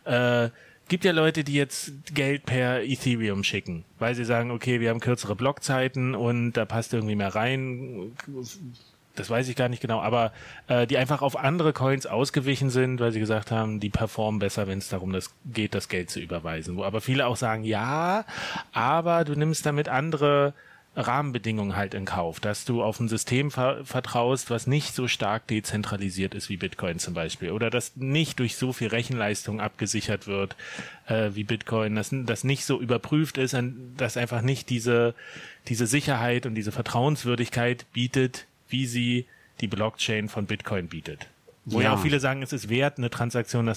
Gibt ja Leute, die jetzt Geld per Ethereum schicken, weil sie sagen, okay, wir haben kürzere Blockzeiten und da passt irgendwie mehr rein. Das weiß ich gar nicht genau, aber die einfach auf andere Coins ausgewichen sind, weil sie gesagt haben, die performen besser, wenn es darum geht, das Geld zu überweisen. Wo aber viele auch sagen, ja, aber du nimmst damit andere Rahmenbedingungen halt in Kauf, dass du auf ein System vertraust, was nicht so stark dezentralisiert ist wie Bitcoin zum Beispiel oder das nicht durch so viel Rechenleistung abgesichert wird wie Bitcoin, das nicht so überprüft ist, dass einfach nicht diese Sicherheit und diese Vertrauenswürdigkeit bietet, wie sie die Blockchain von Bitcoin bietet. Wo ja auch viele sagen, es ist wert, dass eine Transaktion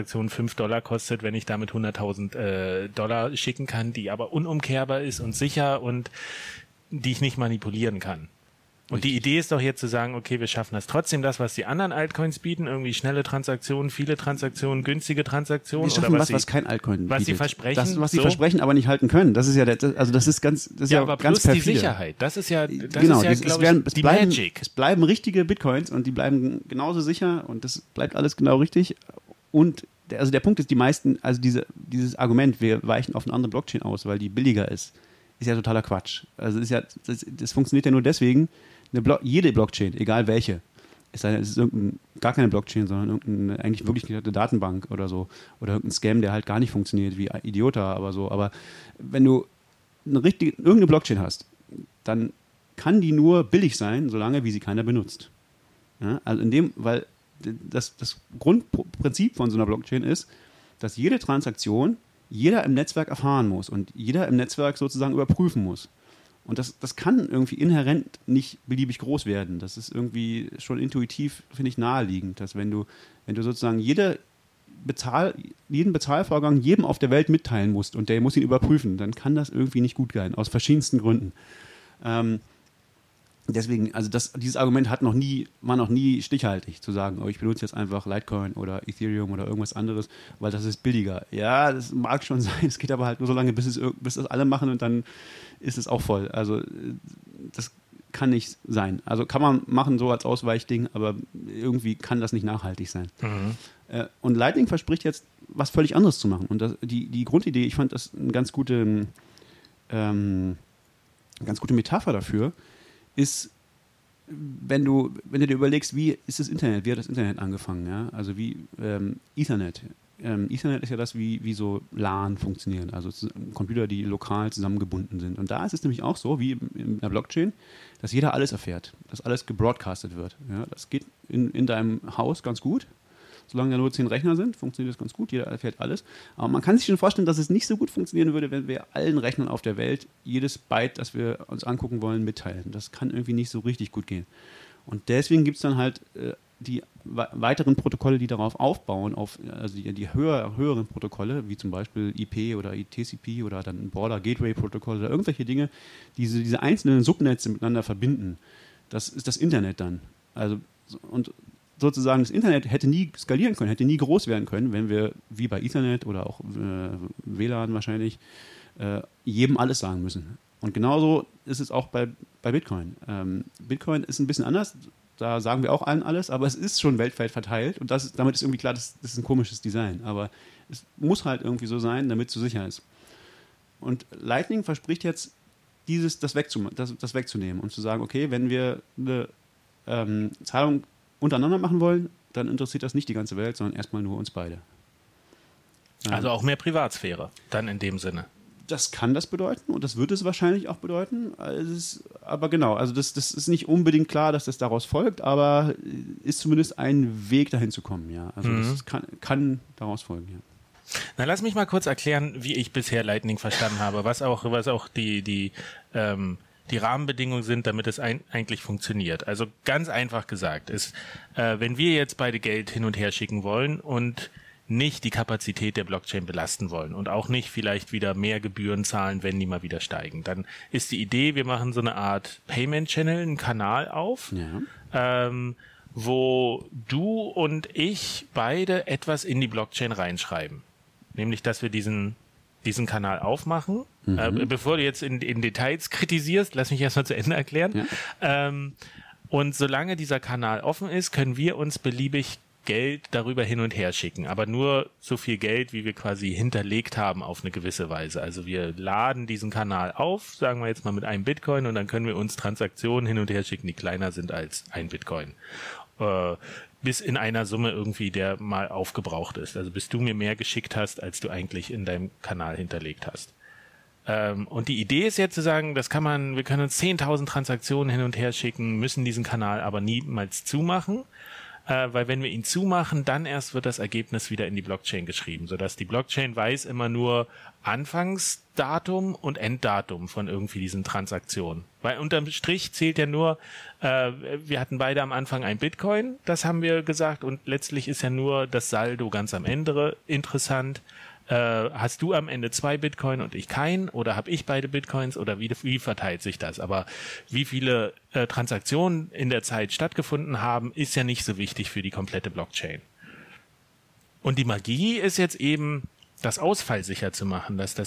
$5 kostet, wenn ich damit $100.000 schicken kann, die aber unumkehrbar ist und sicher und die ich nicht manipulieren kann. Und die Idee ist doch jetzt zu sagen, okay, wir schaffen das trotzdem, das, was die anderen Altcoins bieten, irgendwie schnelle Transaktionen, viele Transaktionen, günstige Transaktionen. Wir schaffen oder was kein Altcoin bietet. Was sie versprechen. Das, was sie versprechen, aber nicht halten können. Das ist ja, das ist ganz aber ganz plus perfide. Die Sicherheit. Das ist ja, die Magic. Es bleiben richtige Bitcoins und die bleiben genauso sicher und das bleibt alles genau richtig. Und der Punkt ist, die meisten, also dieses Argument, wir weichen auf eine andere Blockchain aus, weil die billiger ist ja totaler Quatsch. Also das funktioniert ja nur deswegen, jede Blockchain, egal welche, es ist gar keine Blockchain, sondern irgendeine eigentlich wirklich eine Datenbank oder so, oder irgendein Scam, der halt gar nicht funktioniert, wie Idiota, aber wenn du irgendeine Blockchain hast, dann kann die nur billig sein, solange wie sie keiner benutzt. Ja, also weil das Grundprinzip von so einer Blockchain ist, dass jede Transaktion jeder im Netzwerk erfahren muss und jeder im Netzwerk sozusagen überprüfen muss. Und das kann irgendwie inhärent nicht beliebig groß werden. Das ist irgendwie schon intuitiv, finde ich, naheliegend, dass wenn du sozusagen jeden Bezahlvorgang jedem auf der Welt mitteilen musst und der muss ihn überprüfen, dann kann das irgendwie nicht gut gehen, aus verschiedensten Gründen. Deswegen, also dieses Argument war noch nie stichhaltig, zu sagen, ich benutze jetzt einfach Litecoin oder Ethereum oder irgendwas anderes, weil das ist billiger. Ja, das mag schon sein, es geht aber halt nur so lange, bis das alle machen und dann ist es auch voll. Also kann nicht sein. Also kann man machen so als Ausweichding, aber irgendwie kann das nicht nachhaltig sein. Und Lightning verspricht jetzt, was völlig anderes zu machen. Und die Grundidee, ich fand das eine ganz gute Metapher dafür, ist, wenn du dir überlegst, wie ist das Internet, wie hat das Internet angefangen, ja? Also wie Ethernet. Ethernet ist ja das, wie so LAN funktionieren, also Computer, die lokal zusammengebunden sind. Und da ist es nämlich auch so, wie in der Blockchain, dass jeder alles erfährt, dass alles gebroadcastet wird. Ja? Das geht in deinem Haus ganz gut. Solange da nur 10 Rechner sind, funktioniert das ganz gut, jeder erfährt alles. Aber man kann sich schon vorstellen, dass es nicht so gut funktionieren würde, wenn wir allen Rechnern auf der Welt jedes Byte, das wir uns angucken wollen, mitteilen. Das kann irgendwie nicht so richtig gut gehen. Und deswegen gibt es dann halt die weiteren Protokolle, die darauf aufbauen, also die höheren Protokolle, wie zum Beispiel IP oder TCP oder dann Border Gateway Protokoll oder irgendwelche Dinge, diese einzelnen Subnetze miteinander verbinden. Das ist das Internet dann. Also, und sozusagen das Internet hätte nie skalieren können, hätte nie groß werden können, wenn wir, wie bei Ethernet oder auch WLAN wahrscheinlich, jedem alles sagen müssen. Und genauso ist es auch bei Bitcoin. Bitcoin ist ein bisschen anders, da sagen wir auch allen alles, aber es ist schon weltweit verteilt und damit ist irgendwie klar, das ist ein komisches Design. Aber es muss halt irgendwie so sein, damit es so sicher ist. Und Lightning verspricht jetzt, das wegzunehmen und zu sagen, okay, wenn wir eine Zahlung untereinander machen wollen, dann interessiert das nicht die ganze Welt, sondern erstmal nur uns beide. Also auch mehr Privatsphäre, dann in dem Sinne. Das kann das bedeuten und das wird es wahrscheinlich auch bedeuten. Aber genau, also das ist nicht unbedingt klar, dass das daraus folgt, aber ist zumindest ein Weg, dahin zu kommen, ja. Also das kann daraus folgen, ja. Na, lass mich mal kurz erklären, wie ich bisher Lightning verstanden habe, was auch die Rahmenbedingungen sind, damit es eigentlich funktioniert. Also ganz einfach gesagt ist, wenn wir jetzt beide Geld hin und her schicken wollen und nicht die Kapazität der Blockchain belasten wollen und auch nicht vielleicht wieder mehr Gebühren zahlen, wenn die mal wieder steigen, dann ist die Idee, wir machen so eine Art Payment Channel, einen Kanal auf, wo du und ich beide etwas in die Blockchain reinschreiben. Nämlich, dass wir diesen Kanal aufmachen. Bevor du jetzt in Details kritisierst, lass mich erstmal zu Ende erklären. Ja. Und solange dieser Kanal offen ist, können wir uns beliebig Geld darüber hin und her schicken, aber nur so viel Geld, wie wir quasi hinterlegt haben auf eine gewisse Weise. Also wir laden diesen Kanal auf, sagen wir jetzt mal mit einem Bitcoin, und dann können wir uns Transaktionen hin und her schicken, die kleiner sind als ein Bitcoin. Bis in einer Summe irgendwie, der mal aufgebraucht ist. Also bis du mir mehr geschickt hast, als du eigentlich in deinem Kanal hinterlegt hast. Und die Idee ist jetzt zu sagen, wir können uns 10.000 Transaktionen hin und her schicken, müssen diesen Kanal aber niemals zumachen. Weil wenn wir ihn zumachen, dann erst wird das Ergebnis wieder in die Blockchain geschrieben, sodass die Blockchain weiß immer nur Anfangsdatum und Enddatum von irgendwie diesen Transaktionen. Weil unterm Strich zählt ja nur, wir hatten beide am Anfang ein Bitcoin, das haben wir gesagt, und letztlich ist ja nur das Saldo ganz am Ende interessant. Hast du am Ende 2 Bitcoin und ich keinen, oder habe ich beide Bitcoins, oder wie verteilt sich das? Aber wie viele Transaktionen in der Zeit stattgefunden haben, ist ja nicht so wichtig für die komplette Blockchain. Und die Magie ist jetzt eben, das ausfallsicher zu machen, dass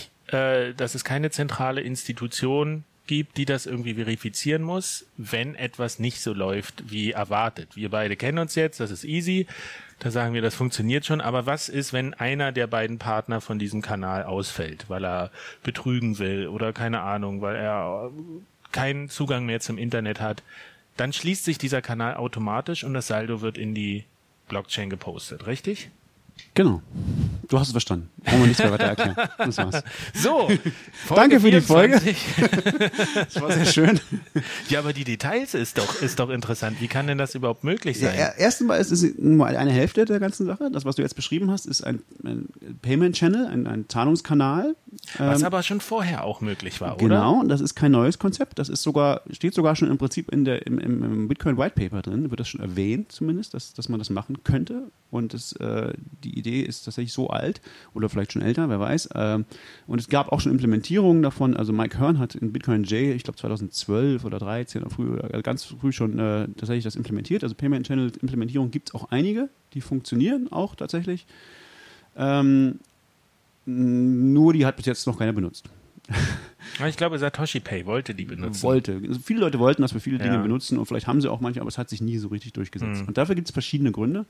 es keine zentrale Institution gibt, die das irgendwie verifizieren muss, wenn etwas nicht so läuft wie erwartet. Wir beide kennen uns jetzt, das ist easy. Da sagen wir, das funktioniert schon, aber was ist, wenn einer der beiden Partner von diesem Kanal ausfällt, weil er betrügen will oder keine Ahnung, weil er keinen Zugang mehr zum Internet hat? Dann schließt sich dieser Kanal automatisch und das Saldo wird in die Blockchain gepostet, richtig? Genau. Du hast es verstanden. Brauchen wir nichts mehr weiter erklären. Das war's. So. Danke für die Folge. Das war sehr schön. Ja, aber die Details ist doch interessant. Wie kann denn das überhaupt möglich sein? Ja, erstens mal ist es nur eine Hälfte der ganzen Sache. Das, was du jetzt beschrieben hast, ist ein Payment Channel, ein Zahlungskanal. Was aber schon vorher auch möglich war, oder? Genau, und das ist kein neues Konzept. Das ist steht sogar schon im Prinzip im Bitcoin White Paper drin, wird das schon erwähnt zumindest, dass man das machen könnte. Und die Idee ist tatsächlich so alt oder vielleicht schon älter, wer weiß. Und es gab auch schon Implementierungen davon. Also Mike Hearn hat in Bitcoin J, ich glaube 2012 oder 2013 oder ganz früh schon tatsächlich das implementiert. Also Payment Channel Implementierung gibt es auch einige, die funktionieren auch tatsächlich. Nur die hat bis jetzt noch keiner benutzt. Ich glaube, Satoshi Pay wollte die benutzen. Also viele Leute wollten das für viele Dinge benutzen und vielleicht haben sie auch manche, aber es hat sich nie so richtig durchgesetzt. Und dafür gibt es verschiedene Gründe.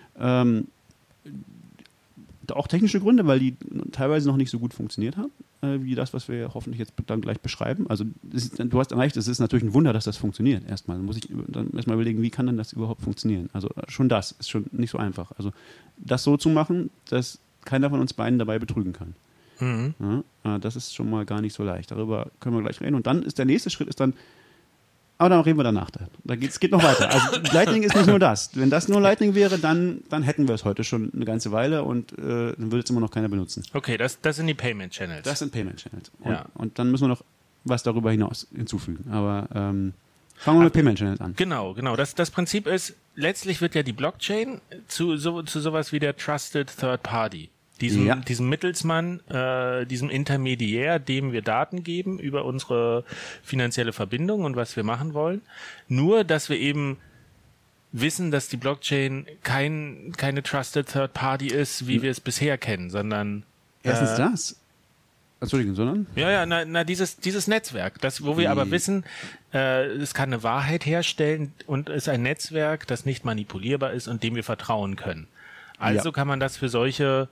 Auch technische Gründe, weil die teilweise noch nicht so gut funktioniert haben, wie das, was wir hoffentlich jetzt dann gleich beschreiben. Also du hast recht, es ist natürlich ein Wunder, dass das funktioniert erstmal. Dann muss ich dann erstmal überlegen, wie kann denn das überhaupt funktionieren? Also schon das ist schon nicht so einfach. Also das so zu machen, dass keiner von uns beiden dabei betrügen kann. Ja, das ist schon mal gar nicht so leicht. Darüber können wir gleich reden. Und dann ist der nächste Schritt ist dann, aber dann reden wir danach. Es geht noch weiter. Also Lightning ist nicht nur das. Wenn das nur Lightning wäre, dann hätten wir es heute schon eine ganze Weile und dann würde es immer noch keiner benutzen. Okay, das sind die Payment Channels. Das sind Payment Channels. Und dann müssen wir noch was darüber hinaus hinzufügen. Aber fangen wir mit Payment Channels an. Genau. Das Prinzip ist, letztlich wird ja die Blockchain zu sowas wie der Trusted Third Party. Diesem Mittelsmann, diesem Intermediär, dem wir Daten geben über unsere finanzielle Verbindung und was wir machen wollen. Nur, dass wir eben wissen, dass die Blockchain keine Trusted Third Party ist, wie wir es bisher kennen, sondern erstens das. Entschuldigung, sondern? Ja, dieses Netzwerk, wo wir aber wissen, es kann eine Wahrheit herstellen und ist ein Netzwerk, das nicht manipulierbar ist und dem wir vertrauen können. Also kann man das für solche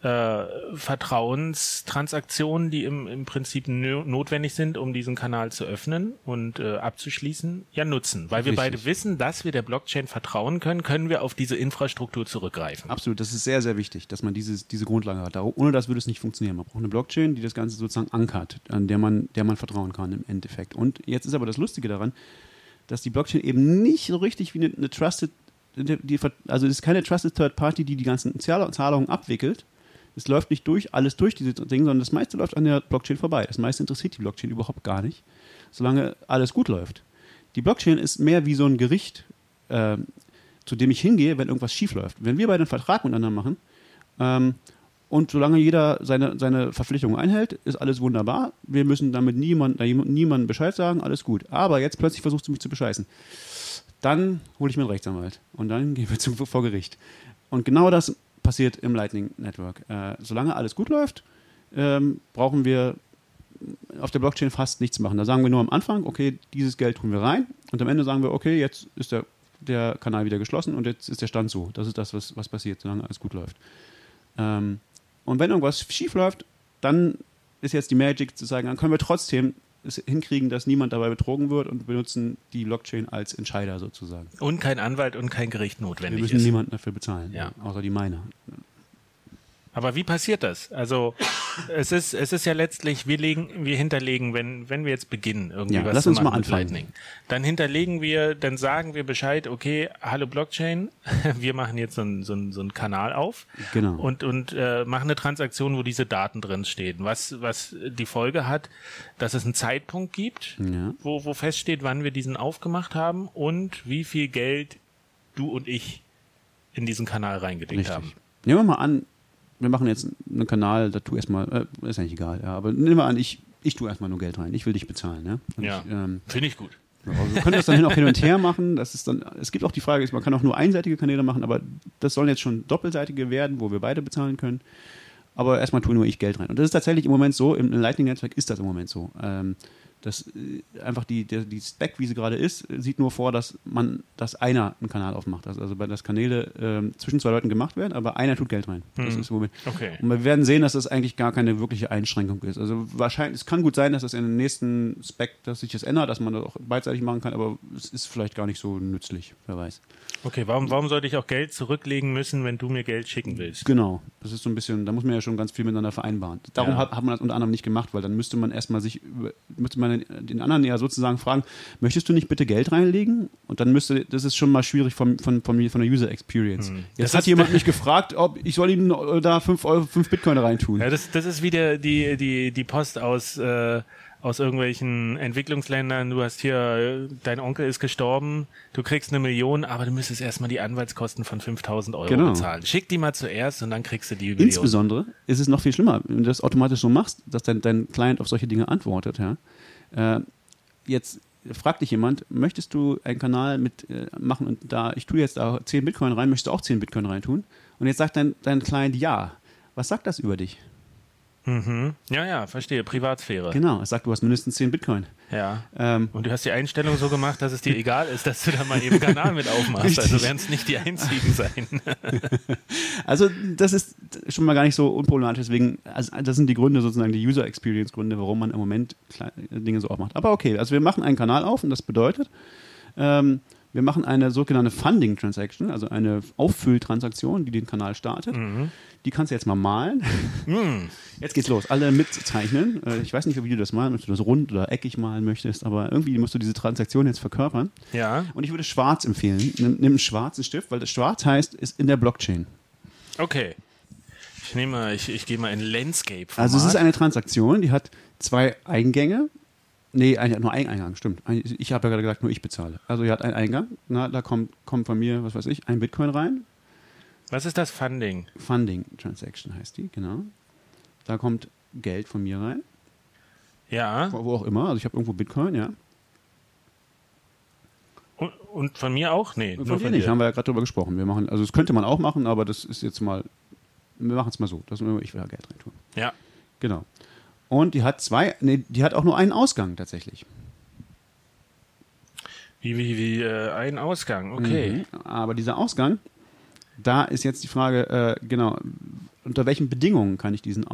Vertrauenstransaktionen, die im Prinzip notwendig sind, um diesen Kanal zu öffnen und abzuschließen, nutzen. Weil wir beide wissen, dass wir der Blockchain vertrauen können wir auf diese Infrastruktur zurückgreifen. Absolut, das ist sehr, sehr wichtig, dass man diese Grundlage hat. Ohne das würde es nicht funktionieren. Man braucht eine Blockchain, die das Ganze sozusagen ankert, an der man vertrauen kann im Endeffekt. Und jetzt ist aber das Lustige daran, dass die Blockchain eben nicht so richtig wie eine Trusted, also es ist keine Trusted Third Party, die ganzen Zahlungen abwickelt. Es läuft nicht alles durch diese Dinge, sondern das meiste läuft an der Blockchain vorbei. Das meiste interessiert die Blockchain überhaupt gar nicht, solange alles gut läuft. Die Blockchain ist mehr wie so ein Gericht, zu dem ich hingehe, wenn irgendwas schief läuft. Wenn wir beide einen Vertrag miteinander machen und solange jeder seine Verpflichtungen einhält, ist alles wunderbar. Wir müssen damit niemandem Bescheid sagen, alles gut. Aber jetzt plötzlich versuchst du mich zu bescheißen. Dann hole ich mir einen Rechtsanwalt und dann gehen wir vor Gericht. Und genau das passiert im Lightning Network. Solange alles gut läuft, brauchen wir auf der Blockchain fast nichts machen. Da sagen wir nur am Anfang, okay, dieses Geld tun wir rein und am Ende sagen wir, okay, jetzt ist der Kanal wieder geschlossen und jetzt ist der Stand so. Das ist das, was passiert, solange alles gut läuft. Und wenn irgendwas schief läuft, dann ist jetzt die Magic zu sagen, dann können wir trotzdem es hinkriegen, dass niemand dabei betrogen wird und benutzen die Blockchain als Entscheider sozusagen. Und kein Anwalt und kein Gericht notwendig ist. Wir müssen niemanden dafür bezahlen, ja. Außer die Miner. Aber wie passiert das? Also es ist ja letztlich, wir hinterlegen, wenn wir jetzt beginnen, irgendwie was zu machen mit Lightning, dann sagen wir Bescheid, okay, hallo Blockchain, wir machen jetzt so einen Kanal auf und machen eine Transaktion, wo diese Daten drin stehen, was die Folge hat, dass es einen Zeitpunkt gibt, wo feststeht, wann wir diesen aufgemacht haben und wie viel Geld du und ich in diesen Kanal reingelegt haben. Nehmen wir mal an, wir machen jetzt einen Kanal, da tu erstmal, ist eigentlich egal, aber nehmen wir an, ich tue erstmal nur Geld rein, ich will dich bezahlen. Ja, finde ich gut. Also wir können das dann auch hin und her machen, es gibt auch die Frage, man kann auch nur einseitige Kanäle machen, aber das sollen jetzt schon doppelseitige werden, wo wir beide bezahlen können, aber erstmal tue nur ich Geld rein. Und das ist tatsächlich im Moment so, im Lightning-Netzwerk ist das im Moment so. Das einfach die Spec, wie sie gerade ist, sieht nur vor, dass einer einen Kanal aufmacht. Also dass Kanäle zwischen zwei Leuten gemacht werden, aber einer tut Geld rein. Das ist Moment. Okay. Und wir werden sehen, dass das eigentlich gar keine wirkliche Einschränkung ist. Also wahrscheinlich, es kann gut sein, dass das in den nächsten Spec, dass sich das ändert, dass man das auch beidseitig machen kann, aber es ist vielleicht gar nicht so nützlich, wer weiß. Okay, warum sollte ich auch Geld zurücklegen müssen, wenn du mir Geld schicken willst? Genau, das ist so ein bisschen, da muss man ja schon ganz viel miteinander vereinbaren. Darum hat man das unter anderem nicht gemacht, weil dann müsste man den anderen ja sozusagen fragen, möchtest du nicht bitte Geld reinlegen? Und dann das ist schon mal schwierig von der User Experience. Jetzt hat jemand mich gefragt, ob ich soll ihm da 5 Bitcoin reintun. Ja, das ist wieder die Post aus irgendwelchen Entwicklungsländern, du hast hier, dein Onkel ist gestorben, du kriegst 1 Million, aber du müsstest erstmal die Anwaltskosten von 5.000 Euro bezahlen. Schick die mal zuerst und dann kriegst du die Million. Insbesondere ist es noch viel schlimmer, wenn du das automatisch so machst, dass dein Client auf solche Dinge antwortet. Ja? Jetzt fragt dich jemand, möchtest du einen Kanal machen und ich tue jetzt da 10 Bitcoin rein, möchtest du auch 10 Bitcoin reintun? Und jetzt sagt dein Client ja. Was sagt das über dich? Ja, verstehe. Privatsphäre. Genau, es sagt, du hast mindestens 10 Bitcoin. Ja. Und du hast die Einstellung so gemacht, dass es dir egal ist, dass du da mal eben einen Kanal mit aufmachst. Richtig. Also werden es nicht die einzigen sein. Also das ist schon mal gar nicht so unproblematisch. Deswegen, also das sind die Gründe, sozusagen die User Experience Gründe, warum man im Moment Dinge so aufmacht. Aber okay, also wir machen einen Kanal auf und das bedeutet, wir machen eine sogenannte Funding Transaction, also eine Auffülltransaktion, die den Kanal startet. Die kannst du jetzt mal malen. Jetzt geht's los. Alle mitzeichnen. Ich weiß nicht, wie du das malen möchtest, ob du das rund oder eckig malen möchtest, aber irgendwie musst du diese Transaktion jetzt verkörpern. Ja. Und ich würde schwarz empfehlen. Nimm einen schwarzen Stift, weil das schwarz heißt, ist in der Blockchain. Okay. Ich gehe mal in Landscape-Format. Also es ist eine Transaktion, die hat 2 Eingänge. Nee, eigentlich hat nur einen Eingang, stimmt. Ich habe ja gerade gesagt, nur ich bezahle. Also ihr habt einen Eingang, da kommt von mir, was weiß ich, ein Bitcoin rein. Was ist das Funding? Funding Transaction heißt die, genau. Da kommt Geld von mir rein. Ja. Wo auch immer, also ich habe irgendwo Bitcoin, ja. Und von mir auch? Nee, Von dir nicht, haben wir ja gerade drüber gesprochen. Also das könnte man auch machen, aber das ist jetzt mal, wir machen es mal so, dass ich will da Geld rein tun. Ja. Genau. Und die hat die hat auch nur einen Ausgang tatsächlich. Wie ein Ausgang, okay. Aber dieser Ausgang, da ist jetzt die Frage, genau, unter welchen Bedingungen kann ich diesen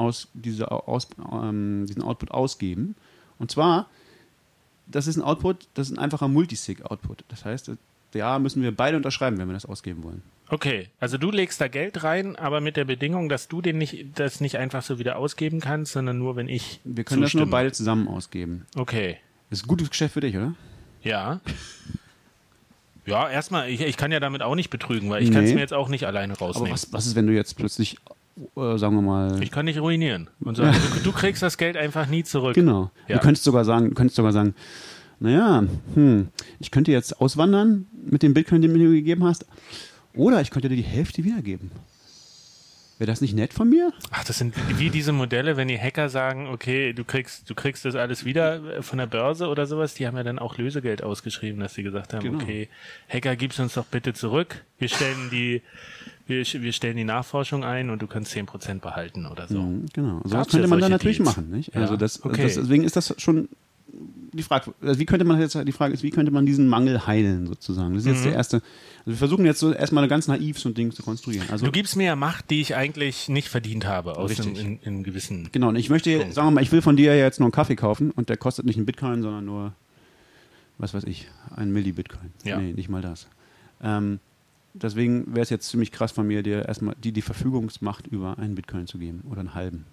Output ausgeben? Und zwar, das ist ein einfacher Multisig-Output. Das heißt, ja, müssen wir beide unterschreiben, wenn wir das ausgeben wollen. Okay, also du legst da Geld rein, aber mit der Bedingung, dass du das nicht einfach so wieder ausgeben kannst, sondern nur, wenn ich Wir können das nur beide zusammen ausgeben. Okay. Das ist ein gutes Geschäft für dich, oder? Ja. Ja, erstmal, ich kann ja damit auch nicht betrügen, weil ich kann es mir jetzt auch nicht alleine rausnehmen. Aber was ist, wenn du jetzt plötzlich, sagen wir mal... Ich kann dich ruinieren und sagen, du kriegst das Geld einfach nie zurück. Genau. Ja. Du könntest sogar sagen, naja, ich könnte jetzt auswandern mit dem Bitcoin, den du mir gegeben hast, oder ich könnte dir die Hälfte wiedergeben. Wäre das nicht nett von mir? Ach, das sind wie diese Modelle, wenn die Hacker sagen, okay, du kriegst das alles wieder von der Börse oder sowas, die haben ja dann auch Lösegeld ausgeschrieben, dass sie gesagt haben, Genau. Okay, Hacker, gib's uns doch bitte zurück, wir stellen die Nachforschung ein und du kannst 10% behalten oder so. Genau, so Gab's was könnte man dann solche natürlich Deals? machen. Nicht? Ja. Also Okay. deswegen ist das schon die Frage, also wie könnte man diesen Mangel heilen sozusagen? Das ist jetzt der erste, also wir versuchen jetzt so erstmal ganz naiv so ein Ding zu konstruieren. Also, Du gibst mir ja Macht, die ich eigentlich nicht verdient habe, aus Richtig. in gewissen... genau, und ich möchte, sagen wir mal, ich will von dir ja jetzt nur einen Kaffee kaufen und der kostet nicht einen Bitcoin, sondern nur, was weiß ich, einen Millibitcoin. Ja. Nee, nicht mal das. Deswegen wäre es jetzt ziemlich krass von mir, dir erstmal die Verfügungsmacht über einen Bitcoin zu geben oder einen halben.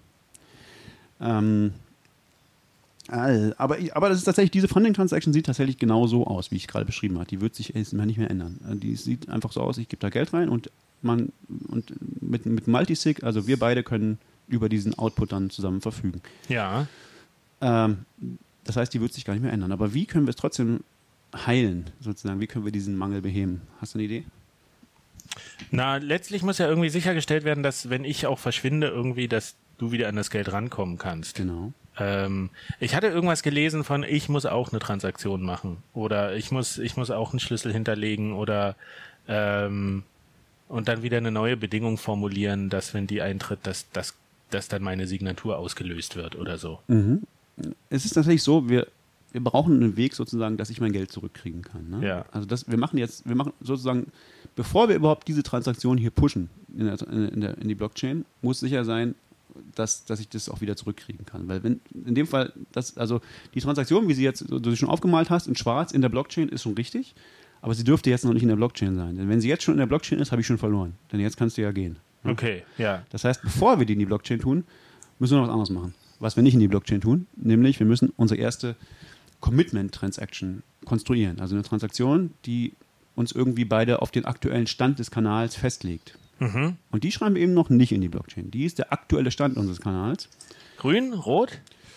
Aber das ist tatsächlich, diese Funding-Transaction sieht tatsächlich genau so aus, wie ich gerade beschrieben habe. Die wird sich erstmal nicht mehr ändern. Die sieht einfach so aus, ich gebe da Geld rein und mit Multisig, also wir beide können über diesen Output dann zusammen verfügen. Ja. Das heißt, die wird sich gar nicht mehr ändern. Aber wie können wir es trotzdem heilen, sozusagen? Wie können wir diesen Mangel beheben? Hast du eine Idee? Na, letztlich muss ja irgendwie sichergestellt werden, dass, wenn ich auch verschwinde, irgendwie, dass du wieder an das Geld rankommen kannst. Genau. Ich hatte irgendwas gelesen von, ich muss auch eine Transaktion machen oder ich muss auch einen Schlüssel hinterlegen oder und dann wieder eine neue Bedingung formulieren, dass, wenn die eintritt, dass dann meine Signatur ausgelöst wird oder so. Es ist tatsächlich so, wir brauchen einen Weg sozusagen, dass ich mein Geld zurückkriegen kann. Ne? Ja. Also wir machen sozusagen, bevor wir überhaupt diese Transaktion hier pushen in die Blockchain, muss sicher sein, dass ich das auch wieder zurückkriegen kann. Weil wenn in dem Fall, also die Transaktion, wie du sie schon aufgemalt hast, in schwarz in der Blockchain, ist schon richtig, aber sie dürfte jetzt noch nicht in der Blockchain sein. Denn wenn sie jetzt schon in der Blockchain ist, habe ich schon verloren. Denn jetzt kannst du ja gehen. Ne? Okay, ja. Das heißt, bevor wir die in die Blockchain tun, müssen wir noch was anderes machen. Was wir nicht in die Blockchain tun, nämlich wir müssen unsere erste Commitment-Transaction konstruieren. Also eine Transaktion, die uns irgendwie beide auf den aktuellen Stand des Kanals festlegt. Und die schreiben wir eben noch nicht in die Blockchain. Die ist der aktuelle Stand unseres Kanals. Grün, rot?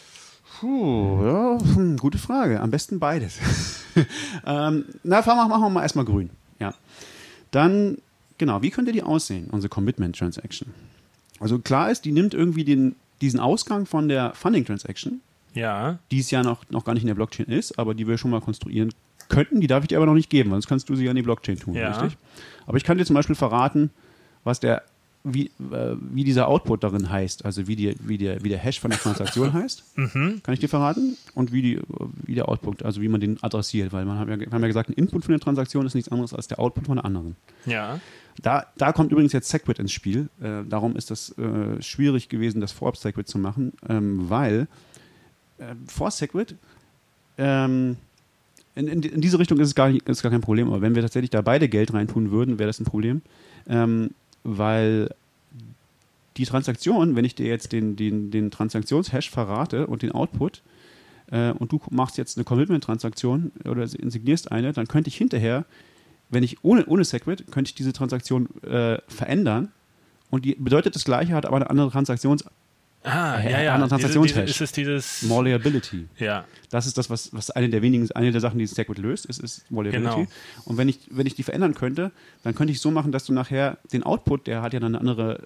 Gute Frage. Am besten beides. Machen wir mal erstmal grün. Ja. Dann, genau, wie könnte die aussehen, unsere Commitment Transaction? Also klar ist, die nimmt irgendwie diesen Ausgang von der Funding Transaction, Ja. die es ja noch gar nicht in der Blockchain ist, aber die wir schon mal konstruieren könnten. Die darf ich dir aber noch nicht geben, sonst kannst du sie an die Blockchain tun, Ja. richtig? Aber ich kann dir zum Beispiel verraten, was der wie dieser Output darin heißt, also wie der Hash von der Transaktion heißt, kann ich dir verraten, und wie der Output, also wie man den adressiert, weil wir haben ja gesagt, ein Input von der Transaktion ist nichts anderes als der Output von der anderen. Ja. Da kommt übrigens jetzt SegWit ins Spiel. Darum ist das schwierig gewesen, das vor SegWit zu machen, weil vor SegWit in diese Richtung ist gar kein Problem, aber wenn wir tatsächlich da beide Geld reintun würden, wäre das ein Problem, weil die Transaktion, wenn ich dir jetzt den Transaktionshash verrate und den Output und du machst jetzt eine Commitment-Transaktion oder signierst eine, dann könnte ich hinterher, wenn ich ohne SegWit, könnte ich diese Transaktion verändern und die bedeutet das Gleiche, hat aber eine andere Transaktionshash. Ist es dieses Malleability. Ja. Das ist das, was eine der Sachen, die SegWit löst, ist Malleability. Genau. Und wenn ich die verändern könnte, dann könnte ich so machen, dass du nachher den Output, der hat ja dann eine andere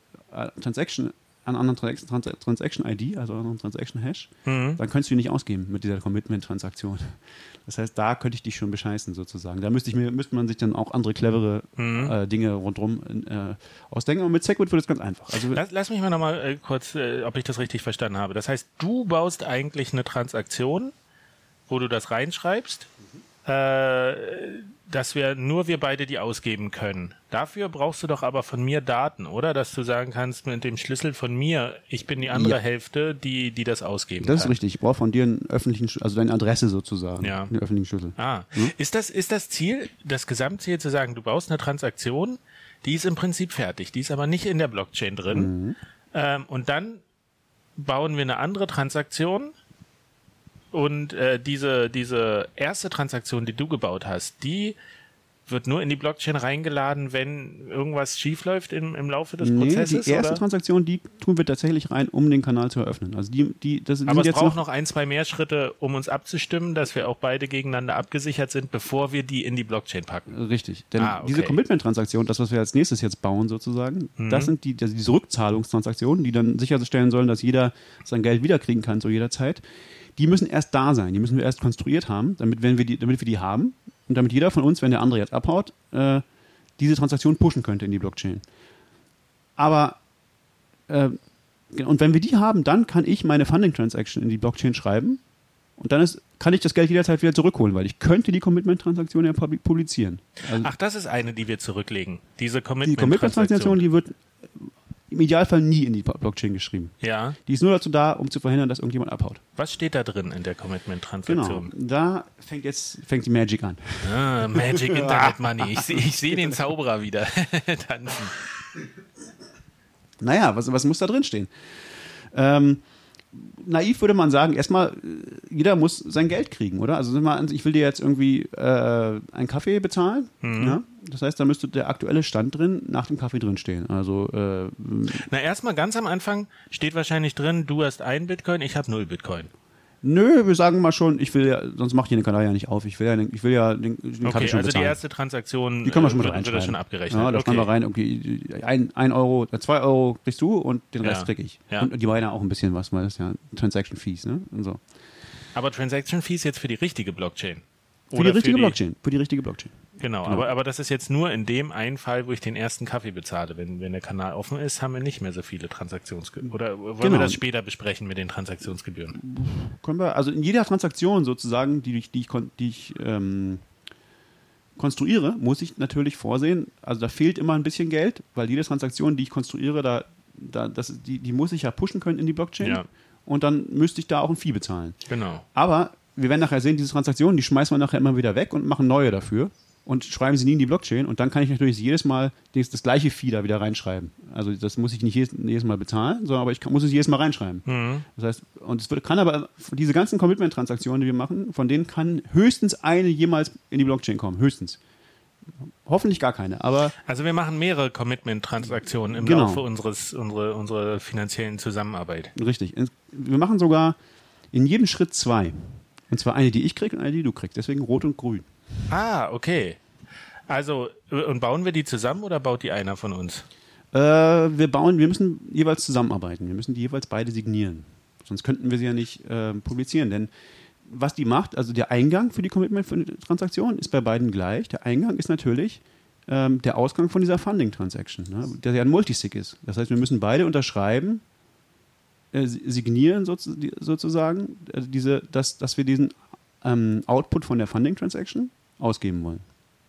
Transaction-ID, also einen anderen Transaction-Hash, dann könntest du ihn nicht ausgeben mit dieser Commitment-Transaktion. Das heißt, da könnte ich dich schon bescheißen sozusagen. Da müsste man sich dann auch andere clevere Dinge rundherum ausdenken. Und mit SegWit wird es ganz einfach. Also Lass mich mal nochmal kurz, ob ich das richtig verstanden habe. Das heißt, du baust eigentlich eine Transaktion, wo du das reinschreibst, dass wir beide die ausgeben können. Dafür brauchst du doch aber von mir Daten, oder? Dass du sagen kannst, mit dem Schlüssel von mir, ich bin die andere Hälfte, die das ausgeben kann. Das ist richtig. Ich brauche von dir einen öffentlichen, also deine Adresse sozusagen, einen öffentlichen Schlüssel. Ist das Ziel, das Gesamtziel zu sagen, du baust eine Transaktion, die ist im Prinzip fertig, die ist aber nicht in der Blockchain drin. Und dann bauen wir eine andere Transaktion. Und diese erste Transaktion, die du gebaut hast, die wird nur in die Blockchain reingeladen, wenn irgendwas schiefläuft im Laufe des Prozesses? Die erste Transaktion, die tun wir tatsächlich rein, um den Kanal zu eröffnen. Also aber es braucht noch 1, 2 mehr Schritte, um uns abzustimmen, dass wir auch beide gegeneinander abgesichert sind, bevor wir die in die Blockchain packen. Richtig. Denn diese Commitment-Transaktion, das, was wir als nächstes jetzt bauen sozusagen, das sind diese Rückzahlungstransaktionen, die dann sicherstellen sollen, dass jeder sein Geld wiederkriegen kann zu jeder Zeit. Die müssen erst da sein, die müssen wir erst konstruiert haben, damit wir die haben und damit jeder von uns, wenn der andere jetzt abhaut, diese Transaktion pushen könnte in die Blockchain. Aber und wenn wir die haben, dann kann ich meine Funding-Transaction in die Blockchain schreiben und dann kann ich das Geld jederzeit wieder zurückholen, weil ich könnte die Commitment-Transaktion ja publizieren. Also das ist eine, die wir zurücklegen, diese Commitment-Transaktion, die wird im Idealfall nie in die Blockchain geschrieben. Ja. Die ist nur dazu da, um zu verhindern, dass irgendjemand abhaut. Was steht da drin in der Commitment-Transaktion? Genau, da fängt die Magic an. Magic Internet Money. Ich sehe den Zauberer wieder tanzen. Naja, was muss da drin stehen? Naiv würde man sagen, erstmal, jeder muss sein Geld kriegen, oder? Also ich will dir jetzt irgendwie einen Kaffee bezahlen. Ja? Das heißt, da müsste der aktuelle Stand drin nach dem Kaffee drin stehen. Also, erstmal ganz am Anfang steht wahrscheinlich drin, du hast 1 Bitcoin, ich habe 0 Bitcoin. Nö, wir sagen mal schon, sonst mache ich den Kanal ja nicht auf. Ich will ja den Kaffee schon bezahlen. Also die erste Transaktion die können wir schon mit wird schon abgerechnet. Ja, da schreiben wir rein, okay, 1 Euro, 2 Euro kriegst du und den Rest krieg ich. Ja. Und die beiden auch ein bisschen was, weil das ist ja Transaction Fees, ne? Und so. Aber Transaction Fees jetzt für die richtige Blockchain? Für die richtige Blockchain. Genau. Aber das ist jetzt nur in dem einen Fall, wo ich den ersten Kaffee bezahle. Wenn der Kanal offen ist, haben wir nicht mehr so viele Transaktionsgebühren. Oder wollen wir das später besprechen mit den Transaktionsgebühren? Können wir, also in jeder Transaktion sozusagen, die ich konstruiere, muss ich natürlich vorsehen, also da fehlt immer ein bisschen Geld, weil jede Transaktion, die ich konstruiere, die muss ich ja pushen können in die Blockchain. Ja. Und dann müsste ich da auch ein Fee bezahlen. Genau. Aber wir werden nachher sehen, diese Transaktionen, die schmeißen wir nachher immer wieder weg und machen neue dafür und schreiben sie nie in die Blockchain und dann kann ich natürlich jedes Mal das gleiche Fee da wieder reinschreiben. Also das muss ich nicht jedes Mal bezahlen, sondern aber ich muss es jedes Mal reinschreiben. Das heißt, und es kann aber, diese ganzen Commitment-Transaktionen, die wir machen, von denen kann höchstens eine jemals in die Blockchain kommen. Höchstens. Hoffentlich gar keine, aber... Also wir machen mehrere Commitment-Transaktionen im Laufe unserer finanziellen Zusammenarbeit. Richtig. Wir machen sogar in jedem Schritt 2. Und zwar eine, die ich kriege und eine, die du kriegst. Deswegen rot und grün. Okay. Also, und bauen wir die zusammen oder baut die einer von uns? Wir müssen jeweils zusammenarbeiten. Wir müssen die jeweils beide signieren. Sonst könnten wir sie ja nicht publizieren. Denn was die macht, also der Eingang für die Commitment-Transaktion ist bei beiden gleich. Der Eingang ist natürlich der Ausgang von dieser Funding-Transaction, ne? Der ja ein Multisig ist. Das heißt, wir müssen beide unterschreiben, signieren sozusagen, dass wir diesen Output von der Funding-Transaction ausgeben wollen.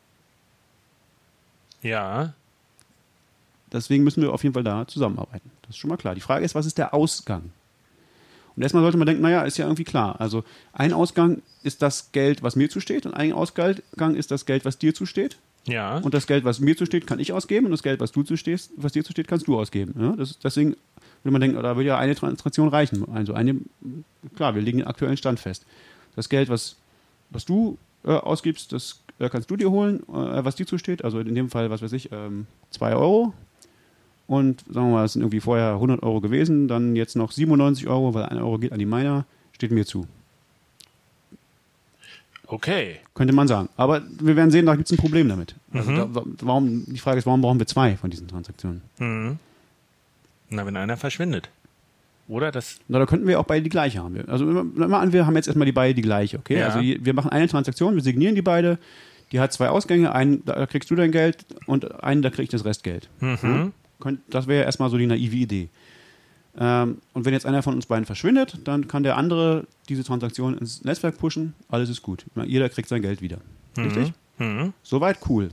Ja. Deswegen müssen wir auf jeden Fall da zusammenarbeiten. Das ist schon mal klar. Die Frage ist, was ist der Ausgang? Und erstmal sollte man denken, naja, ist ja irgendwie klar. Also ein Ausgang ist das Geld, was mir zusteht, und ein Ausgang ist das Geld, was dir zusteht. Ja. Und das Geld, was mir zusteht, kann ich ausgeben, und das Geld, was dir zusteht, kannst du ausgeben. Ja? Deswegen würde man denken, da würde ja eine Transaktion reichen. Also klar, wir legen den aktuellen Stand fest. Das Geld, was du ausgibst, das kannst du dir holen, was dir zusteht. Also in dem Fall, was weiß ich, 2 Euro. Und sagen wir mal, es sind irgendwie vorher 100 Euro gewesen, dann jetzt noch 97 Euro, weil 1 Euro geht an die Miner, steht mir zu. Okay. Könnte man sagen. Aber wir werden sehen, da gibt es ein Problem damit. Also die Frage ist, warum brauchen wir 2 von diesen Transaktionen? Mhm. Na, wenn einer verschwindet. Oder das. Na, da könnten wir auch beide die gleiche haben. Also immer an, wir haben jetzt erstmal die beide die gleiche, okay? Ja. Also wir machen eine Transaktion, wir signieren die beide, die hat 2 Ausgänge, einen, da kriegst du dein Geld, und einen, da krieg ich das Restgeld. Mhm. Das wäre erstmal so die naive Idee. Und wenn jetzt einer von uns beiden verschwindet, dann kann der andere diese Transaktion ins Netzwerk pushen, alles ist gut. Jeder kriegt sein Geld wieder. Richtig? Mhm. Soweit cool.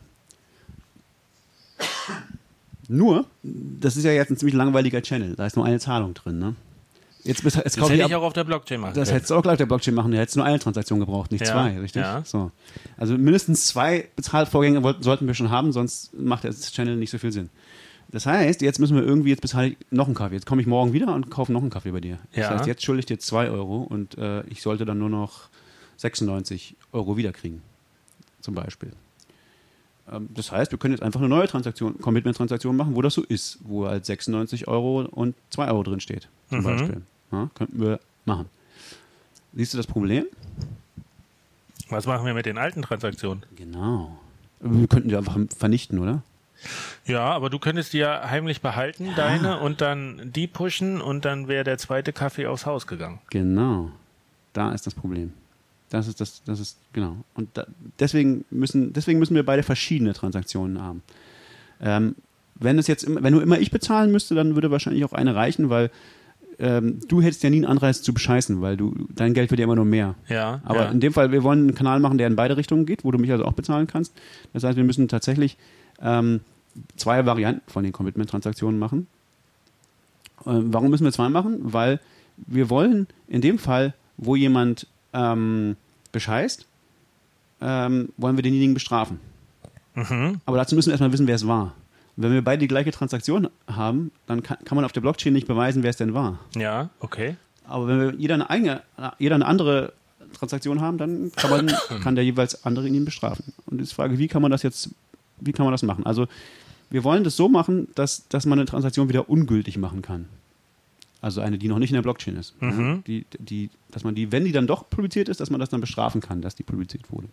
Nur, das ist ja jetzt ein ziemlich langweiliger Channel, da ist nur eine Zahlung drin, ne? Das hätte ich auch auf der Blockchain machen können. Das hättest du auch gleich auf der Blockchain machen, du hättest nur eine Transaktion gebraucht, nicht 2, richtig? Ja. So. Also mindestens 2 Bezahlvorgänge sollten wir schon haben, sonst macht der Channel nicht so viel Sinn. Das heißt, jetzt müssen wir irgendwie, jetzt bezahle ich noch einen Kaffee. Jetzt komme ich morgen wieder und kaufe noch einen Kaffee bei dir. Das heißt, jetzt schulde ich dir 2 Euro und ich sollte dann nur noch 96 Euro wiederkriegen. Zum Beispiel. Das heißt, wir können jetzt einfach eine neue Commitment-Transaktion machen, wo das so ist, wo halt 96 Euro und 2 Euro drin steht. Zum Beispiel. Ja, könnten wir machen. Siehst du das Problem? Was machen wir mit den alten Transaktionen? Genau. Wir könnten die einfach vernichten, oder? Ja, aber du könntest die ja heimlich behalten, deine, und dann die pushen, und dann wäre der zweite Kaffee aufs Haus gegangen. Genau. Da ist das Problem. Das ist genau. Und deswegen müssen wir beide verschiedene Transaktionen haben. Wenn nur immer ich bezahlen müsste, dann würde wahrscheinlich auch eine reichen, weil du hättest ja nie einen Anreiz zu bescheißen, weil dein Geld wird ja immer nur mehr. Ja. Aber in dem Fall, wir wollen einen Kanal machen, der in beide Richtungen geht, wo du mich also auch bezahlen kannst. Das heißt, wir müssen tatsächlich 2 Varianten von den Commitment-Transaktionen machen. Warum müssen wir 2 machen? Weil wir wollen in dem Fall, wo jemand bescheißt, wollen wir denjenigen bestrafen. Mhm. Aber dazu müssen wir erstmal wissen, wer es war. Und wenn wir beide die gleiche Transaktion haben, dann kann man auf der Blockchain nicht beweisen, wer es denn war. Ja, okay. Aber wenn wir jeder eine andere Transaktion haben, dann kann der jeweils andere ihn bestrafen. Und die Frage, wie kann man das machen? Also wir wollen das so machen, dass man eine Transaktion wieder ungültig machen kann. Also eine, die noch nicht in der Blockchain ist. Mhm. Dass man die, wenn die dann doch publiziert ist, dass man das dann bestrafen kann, dass die publiziert wurde.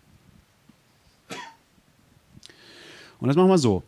Und das machen wir so.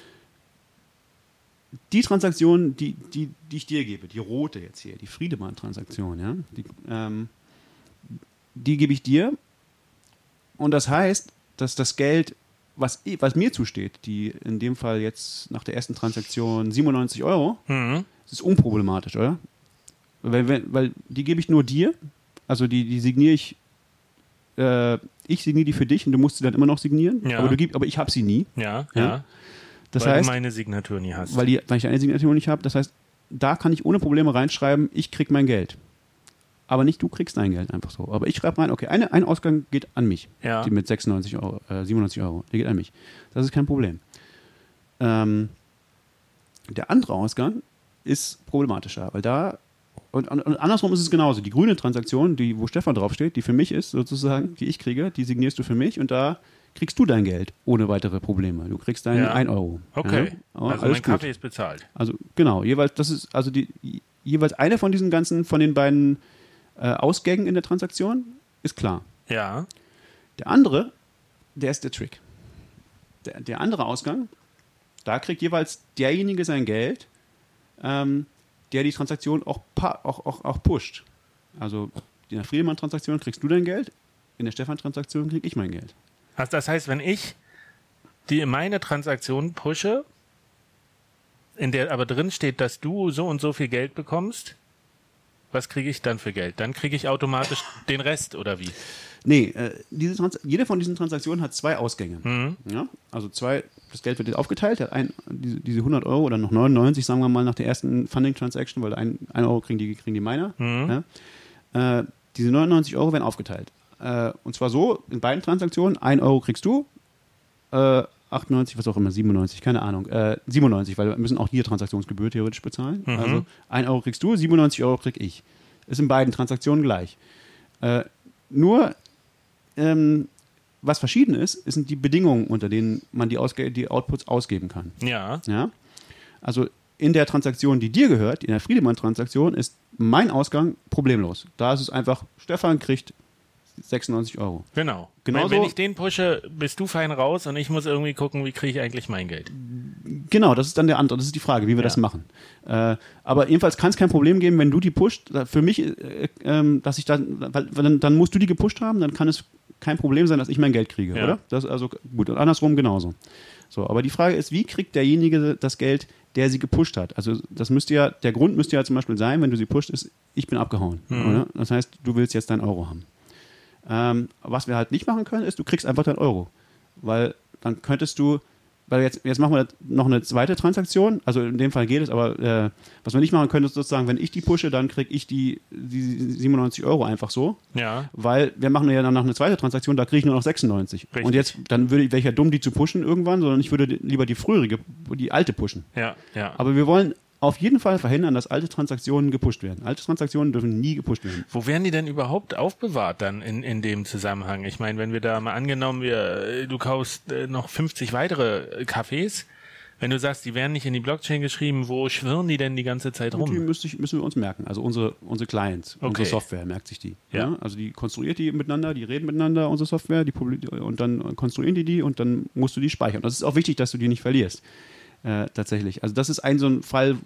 Die Transaktion, die ich dir gebe, die rote jetzt hier, die Friedemann-Transaktion, ja, die gebe ich dir. Und das heißt, dass das Geld, was mir zusteht, die in dem Fall jetzt nach der ersten Transaktion 97 Euro, das ist unproblematisch, oder? Weil die gebe ich nur dir, also die signiere ich signiere die für dich und du musst sie dann immer noch signieren, ja. aber ich habe sie nie. Ja. Das weil heißt, du meine Signatur nie hast. Weil ich eine Signatur nicht habe, das heißt, da kann ich ohne Probleme reinschreiben, ich krieg mein Geld. Aber nicht du kriegst dein Geld einfach so. Aber ich schreibe rein, okay, ein Ausgang geht an mich. Ja. Die mit 97 Euro, der geht an mich. Das ist kein Problem. Der andere Ausgang ist problematischer, weil da und andersrum ist es genauso. Die grüne Transaktion, wo Stefan draufsteht, die für mich ist, sozusagen, die ich kriege, die signierst du für mich und da kriegst du dein Geld ohne weitere Probleme. Du kriegst deinen 1 Euro. Okay. Ja? Also mein Kaffee ist bezahlt. Also genau, jeweils eine von den beiden Ausgängen in der Transaktion ist klar. Ja. Der andere, der ist der Trick. Der andere Ausgang, da kriegt jeweils derjenige sein Geld, der die Transaktion auch pusht. Also in der Friedemann-Transaktion kriegst du dein Geld, in der Stefan-Transaktion krieg ich mein Geld. Also das heißt, wenn ich die in meine Transaktion pushe, in der aber drin steht, dass du so und so viel Geld bekommst, was kriege ich dann für Geld? Dann kriege ich automatisch den Rest, oder wie? Nee, jede von diesen Transaktionen hat 2 Ausgänge. Ja? Also das Geld wird jetzt aufgeteilt, diese 100 Euro oder noch 99, sagen wir mal, nach der ersten Funding-Transaction, weil 1 Euro kriegen die Miner. Ja? Diese 99 Euro werden aufgeteilt. Und zwar so, in beiden Transaktionen, 1 Euro kriegst du, 98, was auch immer, 97, keine Ahnung, 97, weil wir müssen auch hier Transaktionsgebühr theoretisch bezahlen. Also 1 Euro kriegst du, 97 Euro krieg ich. Ist in beiden Transaktionen gleich. Nur was verschieden ist, sind die Bedingungen, unter denen man die Outputs ausgeben kann. Ja. Also in der Transaktion, die dir gehört, in der Friedemann-Transaktion, ist mein Ausgang problemlos. Da ist es einfach, Stefan kriegt 96 Euro. Genau. Wenn ich den pushe, bist du fein raus und ich muss irgendwie gucken, wie kriege ich eigentlich mein Geld. Genau, das ist dann das ist die Frage, wie wir das machen. Aber jedenfalls kann es kein Problem geben, wenn du die pusht. Für mich, dass ich dann musst du die gepusht haben, dann kann es kein Problem sein, dass ich mein Geld kriege, oder? Das ist also gut. Und andersrum genauso. So, aber die Frage ist, wie kriegt derjenige das Geld, der sie gepusht hat? Also der Grund müsste ja zum Beispiel sein, wenn du sie pusht, ist, ich bin abgehauen. Oder? Das heißt, du willst jetzt deinen Euro haben. Was wir halt nicht machen können, ist, du kriegst einfach deinen Euro. Weil dann könntest du, weil jetzt machen wir noch eine zweite Transaktion, also in dem Fall geht es, aber was wir nicht machen können, ist sozusagen, wenn ich die pushe, dann kriege ich die 97 Euro einfach so. Ja. Weil wir machen ja dann noch eine zweite Transaktion, da kriege ich nur noch 96. Richtig. Und jetzt, dann wäre ich ja dumm, die zu pushen irgendwann, sondern ich würde lieber die alte pushen. Ja. Aber wir wollen auf jeden Fall verhindern, dass alte Transaktionen gepusht werden. Alte Transaktionen dürfen nie gepusht werden. Wo werden die denn überhaupt aufbewahrt dann in dem Zusammenhang? Ich meine, wenn wir da mal angenommen, du kaufst noch 50 weitere Cafés, wenn du sagst, die werden nicht in die Blockchain geschrieben, wo schwirren die denn die ganze Zeit rum? Die müssen wir uns merken. Also unsere Clients, unsere Software merkt sich die. Ja. Ja? Also die konstruiert die miteinander, die reden miteinander, unsere Software, und dann konstruieren die und dann musst du die speichern. Das ist auch wichtig, dass du die nicht verlierst. Tatsächlich. Also das ist so ein Fall,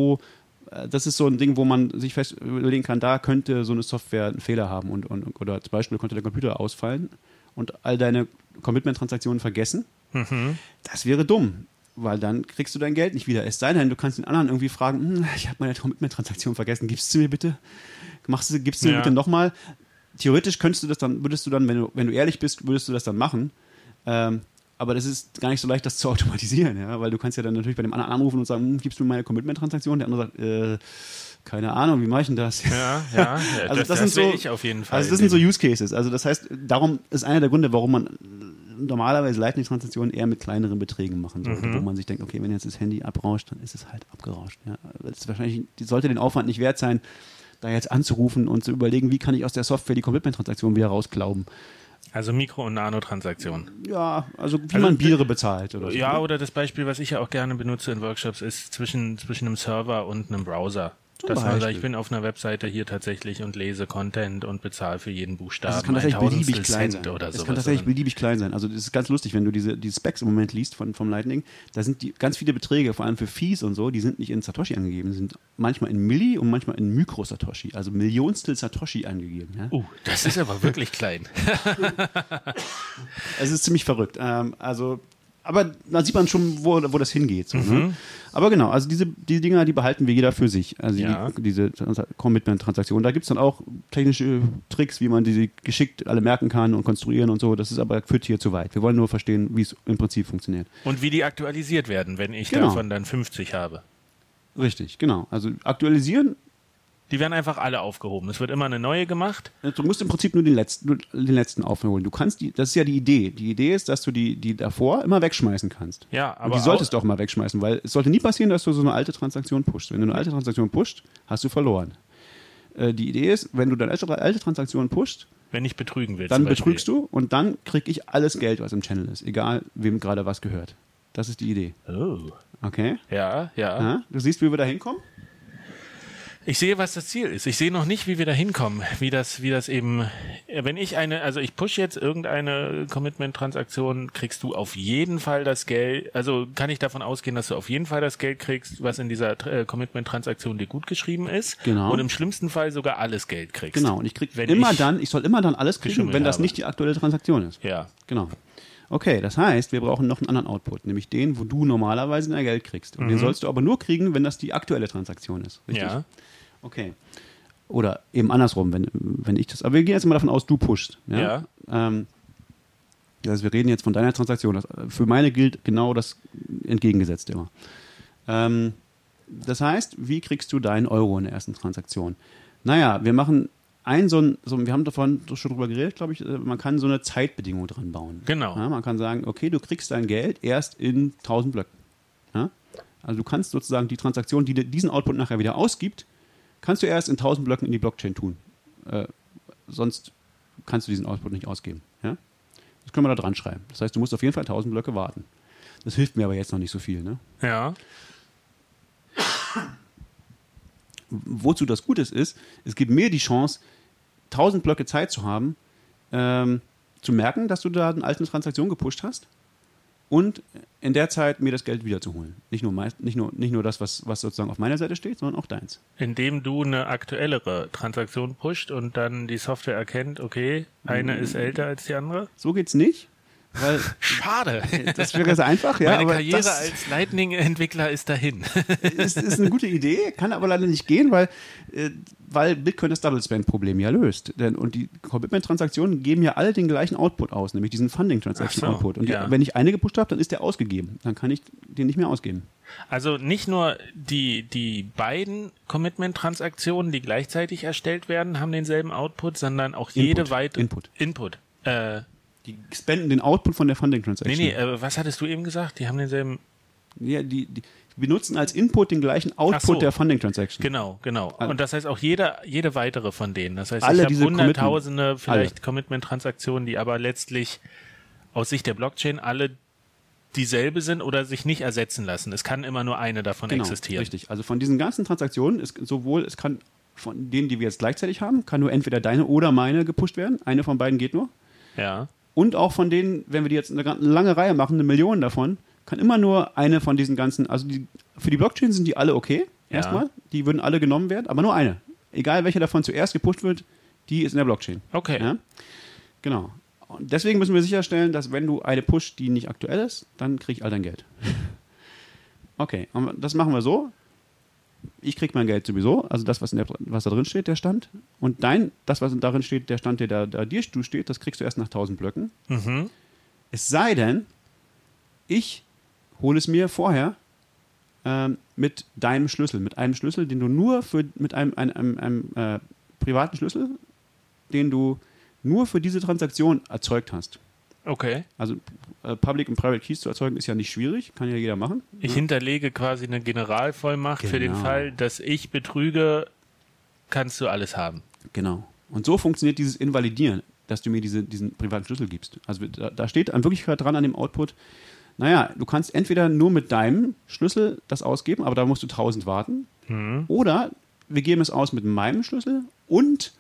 das ist so ein Ding, wo man sich fest überlegen kann, da könnte so eine Software einen Fehler haben oder zum Beispiel könnte der Computer ausfallen und all deine Commitment-Transaktionen vergessen. Das wäre dumm, weil dann kriegst du dein Geld nicht wieder. Es sei denn, du kannst den anderen irgendwie fragen, ich habe meine Commitment-Transaktion vergessen, gibst du mir bitte? Gibst du mir bitte nochmal? Theoretisch würdest du dann, wenn du ehrlich bist, würdest du das dann machen. Aber das ist gar nicht so leicht, das zu automatisieren, ja? Weil du kannst ja dann natürlich bei dem anderen anrufen und sagen, gibst du mir meine Commitment-Transaktion? Der andere sagt, keine Ahnung, wie mache ich denn das? Ja, also das sind will ich auf jeden Fall. Also das sind so Use Cases. Also das heißt, darum ist einer der Gründe, warum man normalerweise Lightning-Transaktionen eher mit kleineren Beträgen machen sollte, wo man sich denkt, okay, wenn jetzt das Handy abrauscht, dann ist es halt abgerauscht. Ja? Die sollte den Aufwand nicht wert sein, da jetzt anzurufen und zu überlegen, wie kann ich aus der Software die Commitment-Transaktion wieder rausklauben. Also Mikro- und Nanotransaktionen. Ja, also man Biere bezahlt oder so. Ja, oder das Beispiel, was ich ja auch gerne benutze in Workshops, ist zwischen einem Server und einem Browser. Dass man sagt, ich bin auf einer Webseite hier tatsächlich und lese Content und bezahle für jeden Buchstaben. Das kann tatsächlich beliebig klein sein. Das kann tatsächlich beliebig klein sein. Also das ist ganz lustig, wenn du die Specs im Moment liest vom Lightning, da sind ganz viele Beträge, vor allem für Fees und so, die sind nicht in Satoshi angegeben, sind manchmal in Milli und manchmal in Micro-Satoshi, also Millionstel Satoshi angegeben. Ja? Das ist aber wirklich klein. Es ist ziemlich verrückt. Aber da sieht man schon, wo das hingeht. So, ne? Aber genau, also die Dinger, die behalten wir jeder für sich. Also diese Commitment-Transaktionen. Da gibt es dann auch technische Tricks, wie man die geschickt alle merken kann und konstruieren und so. Das ist aber führt hier zu weit. Wir wollen nur verstehen, wie es im Prinzip funktioniert. Und wie die aktualisiert werden, wenn ich davon dann 50 habe. Richtig, genau. Also aktualisieren. Die werden einfach alle aufgehoben. Es wird immer eine neue gemacht. Du musst im Prinzip nur den letzten aufholen. Du kannst das ist ja die Idee. Die Idee ist, dass du die davor immer wegschmeißen kannst. Ja, aber und die solltest du auch mal wegschmeißen, weil es sollte nie passieren, dass du so eine alte Transaktion pushst. Wenn du eine alte Transaktion pushst, hast du verloren. Die Idee ist, wenn du deine alte Transaktion pushst, wenn ich betrügen will, dann betrügst du und dann kriege ich alles Geld, was im Channel ist, egal wem gerade was gehört. Das ist die Idee. Oh. Okay? Ja. Du siehst, wie wir da hinkommen? Ich sehe, was das Ziel ist. Ich sehe noch nicht, wie wir da hinkommen. Wie das eben, wenn ich ich push jetzt irgendeine Commitment-Transaktion, kriegst du auf jeden Fall das Geld, also kann ich davon ausgehen, dass du auf jeden Fall das Geld kriegst, was in dieser Commitment-Transaktion dir gut geschrieben ist. Genau. Und im schlimmsten Fall sogar alles Geld kriegst. Genau. Und ich soll immer dann alles kriegen, wenn das nicht die aktuelle Transaktion ist. Ja. Genau. Okay, das heißt, wir brauchen noch einen anderen Output, nämlich den, wo du normalerweise dein Geld kriegst. Und den sollst du aber nur kriegen, wenn das die aktuelle Transaktion ist. Richtig? Ja. Okay. Oder eben andersrum, wenn ich das. Aber wir gehen jetzt mal davon aus, du pushst. Ja. Also wir reden jetzt von deiner Transaktion. Für meine gilt genau das Entgegengesetzte immer. Das heißt, wie kriegst du deinen Euro in der ersten Transaktion? Naja, wir machen wir haben davon schon drüber geredet, glaube ich, man kann so eine Zeitbedingung dran bauen. Genau. Ja, man kann sagen, okay, du kriegst dein Geld erst in 1000 Blöcken. Ja? Also du kannst sozusagen die Transaktion, die diesen Output nachher wieder ausgibt, kannst du erst in 1000 Blöcken in die Blockchain tun. Sonst kannst du diesen Output nicht ausgeben. Ja? Das können wir da dran schreiben. Das heißt, du musst auf jeden Fall 1000 Blöcke warten. Das hilft mir aber jetzt noch nicht so viel. Ne? Ja. Wozu das Gutes ist, es gibt mir die Chance, 1000 Blöcke Zeit zu haben, zu merken, dass du da eine alte Transaktion gepusht hast und in der Zeit mir das Geld wiederzuholen. Nicht nur das, was sozusagen auf meiner Seite steht, sondern auch deins. Indem du eine aktuellere Transaktion pusht und dann die Software erkennt, okay, eine ist älter als die andere? So geht's nicht. Weil schade. Das wäre sehr einfach, ja. Meine aber Karriere als Lightning-Entwickler ist dahin. Ist eine gute Idee, kann aber leider nicht gehen, weil Bitcoin das Double-Spend-Problem ja löst. Und die Commitment-Transaktionen geben ja alle den gleichen Output aus, nämlich diesen Funding-Transaction-Output. Und wenn ich eine gepusht habe, dann ist der ausgegeben. Dann kann ich den nicht mehr ausgeben. Also nicht nur die beiden Commitment-Transaktionen, die gleichzeitig erstellt werden, haben denselben Output, sondern auch jede weitere Input. Die spenden den Output von der Funding-Transaction. Was hattest du eben gesagt? Die haben denselben... Ja, die benutzen als Input den gleichen Output der Funding-Transaction. Genau. Und das heißt auch jede weitere von denen. Das heißt, alle ich habe Hunderttausende vielleicht Commitment-Transaktionen, die aber letztlich aus Sicht der Blockchain alle dieselbe sind oder sich nicht ersetzen lassen. Es kann immer nur eine davon existieren. Richtig. Also von diesen ganzen Transaktionen es kann von denen, die wir jetzt gleichzeitig haben, kann nur entweder deine oder meine gepusht werden. Eine von beiden geht nur. Ja. Und auch von denen, wenn wir die jetzt eine lange Reihe machen, 1 Million davon, kann immer nur eine von diesen ganzen, also für die Blockchain sind die alle okay, erstmal. Die würden alle genommen werden, aber nur eine. Egal, welche davon zuerst gepusht wird, die ist in der Blockchain. Okay. Ja? Genau. Und deswegen müssen wir sicherstellen, dass wenn du eine pusht, die nicht aktuell ist, dann krieg ich all dein Geld. Okay, und das machen wir so. Ich krieg mein Geld sowieso, also das, was da drin steht, der Stand. Und das, was darin steht, der Stand, der da dir steht, das kriegst du erst nach 1000 Blöcken. Mhm. Es sei denn, ich hole es mir vorher mit deinem Schlüssel, mit einem Schlüssel, den du nur mit einem privaten Schlüssel, den du nur für diese Transaktion erzeugt hast. Okay. Also Public und Private Keys zu erzeugen ist ja nicht schwierig, kann ja jeder machen. Ich hinterlege quasi eine Generalvollmacht für den Fall, dass ich betrüge, kannst du alles haben. Genau. Und so funktioniert dieses Invalidieren, dass du mir diesen privaten Schlüssel gibst. Also da steht an Wirklichkeit dran an dem Output, naja, du kannst entweder nur mit deinem Schlüssel das ausgeben, aber da musst du 1000 warten. Oder wir geben es aus mit meinem Schlüssel und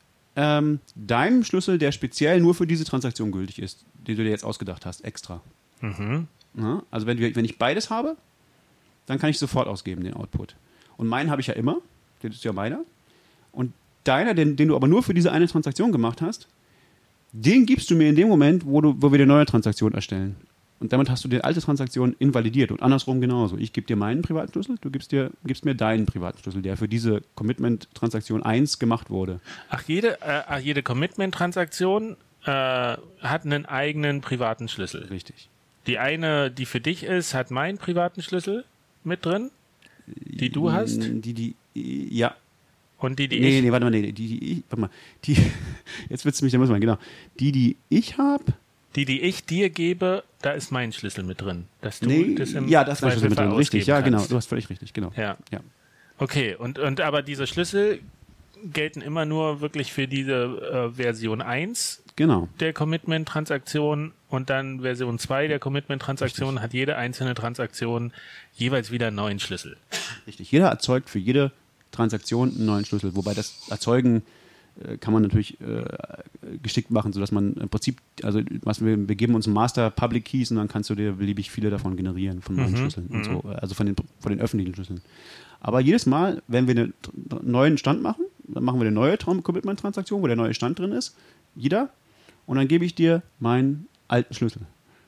deinem Schlüssel, der speziell nur für diese Transaktion gültig ist, den du dir jetzt ausgedacht hast, extra. Ja, also wenn ich beides habe, dann kann ich sofort ausgeben, den Output. Und meinen habe ich ja immer, das ist ja meiner. Und deiner, den du aber nur für diese eine Transaktion gemacht hast, den gibst du mir in dem Moment, wo wir die neue Transaktion erstellen. Und damit hast du die alte Transaktion invalidiert und andersrum genauso. Ich gebe dir meinen privaten Schlüssel, du gibst mir deinen privaten Schlüssel, der für diese Commitment-Transaktion 1 gemacht wurde. Ach, jede Commitment-Transaktion hat einen eigenen privaten Schlüssel. Richtig. Die eine, die für dich ist, hat meinen privaten Schlüssel mit drin, die du hast? Ja. Und die warte mal, jetzt wird's mich, da muss man, genau. Die ich habe. Die ich dir gebe, da ist mein Schlüssel mit drin. Dass du das im ja, da ist mein Schlüssel mit drin, richtig. Ja, genau, kannst. du hast völlig richtig, genau. Ja. Okay, und aber diese Schlüssel gelten immer nur wirklich für diese Version 1 der Commitment-Transaktion und dann Version 2 der Commitment-Transaktion hat jede einzelne Transaktion jeweils wieder einen neuen Schlüssel. Richtig, jeder erzeugt für jede Transaktion einen neuen Schlüssel, wobei das Erzeugen kann man natürlich geschickt machen, sodass man im Prinzip, also wir geben uns einen Master Public Keys und dann kannst du dir beliebig viele davon generieren, von neuen Schlüsseln und so, also von den öffentlichen Schlüsseln. Aber jedes Mal, wenn wir einen neuen Stand machen, dann machen wir eine neue Commitment-Transaktion, wo der neue Stand drin ist, jeder, und dann gebe ich dir meinen alten Schlüssel.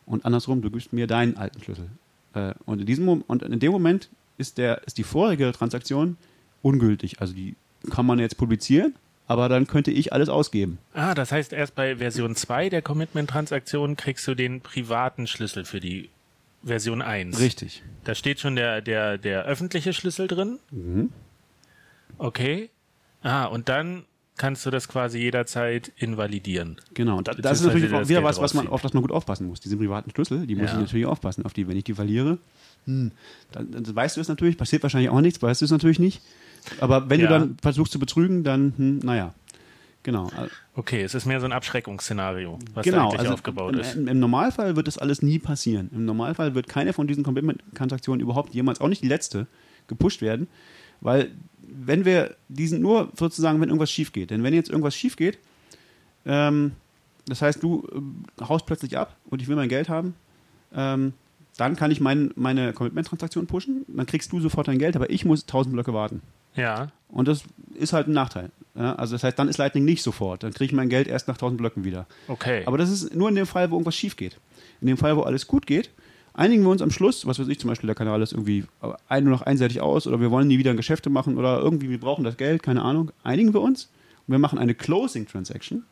und andersrum, du gibst mir deinen alten Schlüssel. Und in dem Moment ist die vorige Transaktion ungültig. Also die kann man jetzt publizieren, aber dann könnte ich alles ausgeben. Das heißt, erst bei Version 2 der Commitment-Transaktion kriegst du den privaten Schlüssel für die Version 1. Richtig. Da steht schon der öffentliche Schlüssel drin. Mhm. Okay. Und dann kannst du das quasi jederzeit invalidieren. Genau. Das ist natürlich auch wieder was, auf das man gut aufpassen muss. Diese privaten Schlüssel, die muss ich natürlich aufpassen. Auf die, wenn ich die verliere, dann weißt du es natürlich, passiert wahrscheinlich auch nichts, weißt du es natürlich nicht. Aber wenn du dann versuchst zu betrügen, dann, genau. Okay, es ist mehr so ein Abschreckungsszenario, was da eigentlich aufgebaut ist. Im Normalfall wird das alles nie passieren. Im Normalfall wird keine von diesen Commitment-Transaktionen überhaupt jemals, auch nicht die letzte, gepusht werden, weil wenn wir diesen nur sozusagen, wenn irgendwas schief geht, denn wenn jetzt irgendwas schief geht, das heißt, du haust plötzlich ab und ich will mein Geld haben, dann kann ich meine Commitment-Transaktion pushen, dann kriegst du sofort dein Geld, aber ich muss 1000 Blöcke warten. Ja. Und das ist halt ein Nachteil. Ja, also das heißt, dann ist Lightning nicht sofort. Dann kriege ich mein Geld erst nach 1000 Blöcken wieder. Okay. Aber das ist nur in dem Fall, wo irgendwas schief geht. In dem Fall, wo alles gut geht, einigen wir uns am Schluss, was weiß ich, zum Beispiel der Kanal ist irgendwie nur noch einseitig aus oder wir wollen nie wieder Geschäfte machen oder irgendwie wir brauchen das Geld, keine Ahnung. Einigen wir uns und wir machen eine Closing Transaction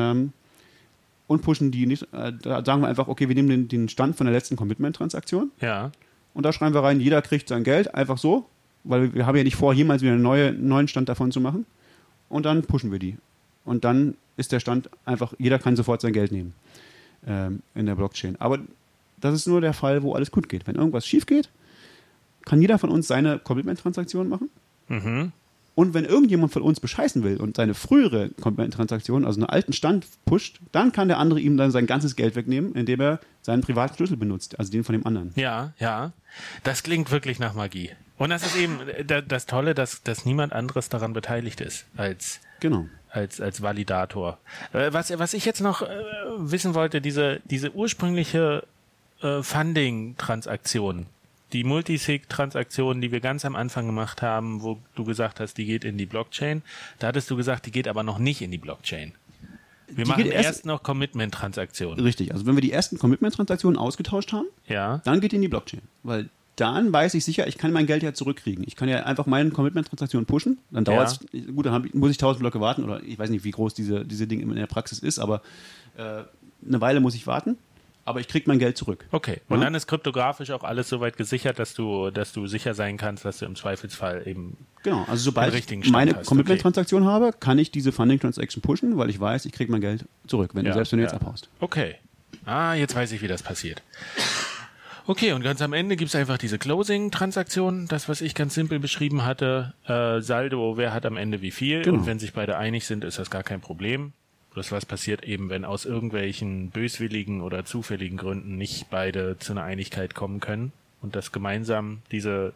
und pushen die nicht. Da sagen wir einfach, okay, wir nehmen den Stand von der letzten Commitment-Transaktion. Ja. Und da schreiben wir rein, jeder kriegt sein Geld, einfach so, weil wir haben ja nicht vor, jemals wieder einen neuen Stand davon zu machen. Und dann pushen wir die. Und dann ist der Stand einfach, jeder kann sofort sein Geld nehmen in der Blockchain. Aber das ist nur der Fall, wo alles gut geht. Wenn irgendwas schief geht, kann jeder von uns seine Commitment-Transaktion machen. Mhm. Und wenn irgendjemand von uns bescheißen will und seine frühere Commitment-Transaktion, also einen alten Stand pusht, dann kann der andere ihm dann sein ganzes Geld wegnehmen, indem er seinen privaten Schlüssel benutzt, also den von dem anderen. Ja. Das klingt wirklich nach Magie. Und das ist eben das Tolle, dass niemand anderes daran beteiligt ist als Validator. Was ich jetzt noch wissen wollte, diese ursprüngliche Funding-Transaktion, die Multisig-Transaktion, die wir ganz am Anfang gemacht haben, wo du gesagt hast, die geht in die Blockchain, da hattest du gesagt, die geht aber noch nicht in die Blockchain. Wir machen erst noch Commitment-Transaktionen. Richtig, also wenn wir die ersten Commitment-Transaktionen ausgetauscht haben, dann geht die in die Blockchain, weil dann weiß ich sicher, ich kann mein Geld ja zurückkriegen. Ich kann ja einfach meine Commitment-Transaktion pushen, dann dauert es, gut, dann muss ich 1000 Blöcke warten oder ich weiß nicht, wie groß diese Ding in der Praxis ist, aber eine Weile muss ich warten. Aber ich kriege mein Geld zurück. Okay. Und dann ist kryptografisch auch alles soweit gesichert, dass du sicher sein kannst, dass du im Zweifelsfall eben also sobald ich meine Commitment-Transaktion habe, kann ich diese Funding-Transaction pushen, weil ich weiß, ich kriege mein Geld zurück, selbst wenn du jetzt abhaust. Okay. Jetzt weiß ich, wie das passiert. Okay, und ganz am Ende gibt es einfach diese Closing-Transaktion, das, was ich ganz simpel beschrieben hatte. Saldo, wer hat am Ende wie viel? Genau. Und wenn sich beide einig sind, ist das gar kein Problem. Bloß was passiert eben, wenn aus irgendwelchen böswilligen oder zufälligen Gründen nicht beide zu einer Einigkeit kommen können und das gemeinsam diese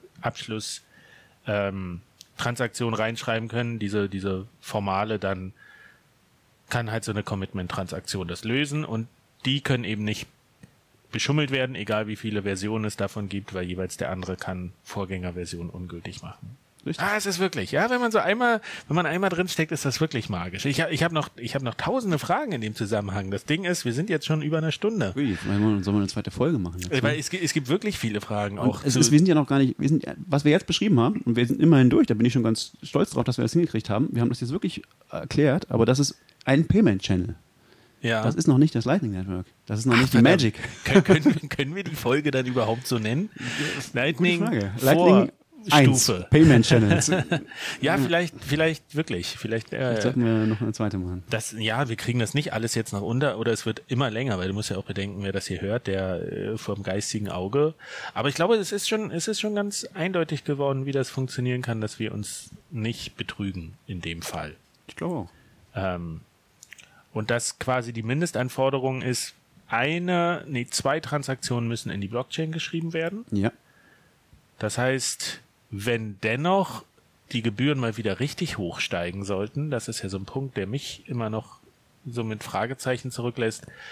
Abschluss-Transaktion reinschreiben können, diese formale, dann kann halt so eine Commitment-Transaktion das lösen und die können eben nicht beschummelt werden, egal wie viele Versionen es davon gibt, weil jeweils der andere kann Vorgängerversion ungültig machen. Richtig. Es ist wirklich, wenn man einmal drinsteckt, ist das wirklich magisch. Ich hab noch tausende Fragen in dem Zusammenhang. Das Ding ist, wir sind jetzt schon über eine Stunde. Ui, sollen wir eine zweite Folge machen? Jetzt, weil es gibt wirklich viele Fragen auch. Wir sind ja noch gar nicht, was wir jetzt beschrieben haben, und wir sind immerhin durch, da bin ich schon ganz stolz drauf, dass wir das hingekriegt haben. Wir haben das jetzt wirklich erklärt, aber das ist ein Payment-Channel. Ja. Das ist noch nicht das Lightning Network. Das ist noch nicht die Magic. Können wir die Folge dann überhaupt so nennen? Lightning Stufe. Payment Channels. Vielleicht wirklich. Vielleicht sollten wir noch eine zweite machen. Wir kriegen das nicht alles jetzt nach unter oder es wird immer länger, weil du musst ja auch bedenken, wer das hier hört, der vom geistigen Auge. Aber ich glaube, es ist schon ganz eindeutig geworden, wie das funktionieren kann, dass wir uns nicht betrügen in dem Fall. Ich glaube auch. Und dass quasi die Mindestanforderung ist, 2 Transaktionen müssen in die Blockchain geschrieben werden. Ja. Das heißt, wenn dennoch die Gebühren mal wieder richtig hochsteigen sollten, das ist ja so ein Punkt, der mich immer noch so mit Fragezeichen zurücklässt,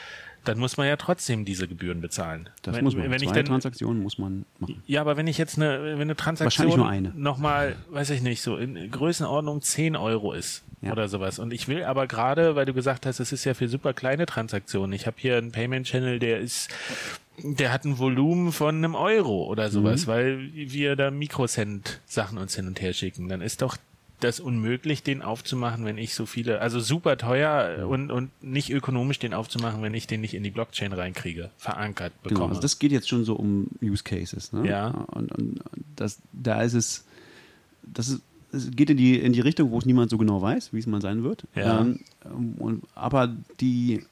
dann muss man ja trotzdem diese Gebühren bezahlen. Das muss man. Zwei Transaktionen muss man machen. Ja, aber wenn ich jetzt eine Transaktion nochmal, weiß ich nicht, so in Größenordnung 10 Euro ist oder sowas. Und ich will aber gerade, weil du gesagt hast, es ist ja für super kleine Transaktionen. Ich habe hier einen Payment Channel, der hat ein Volumen von einem Euro oder sowas, weil wir da Mikrocent-Sachen uns hin und her schicken. Dann ist doch das unmöglich, den aufzumachen, wenn ich so viele, also super teuer und nicht ökonomisch, den aufzumachen, wenn ich den nicht in die Blockchain reinkriege, verankert bekomme. Genau, also das geht jetzt schon so um Use Cases. Ne? Ja. Und da ist es geht in die Richtung, wo es niemand so genau weiß, wie es mal sein wird. Ja. Aber die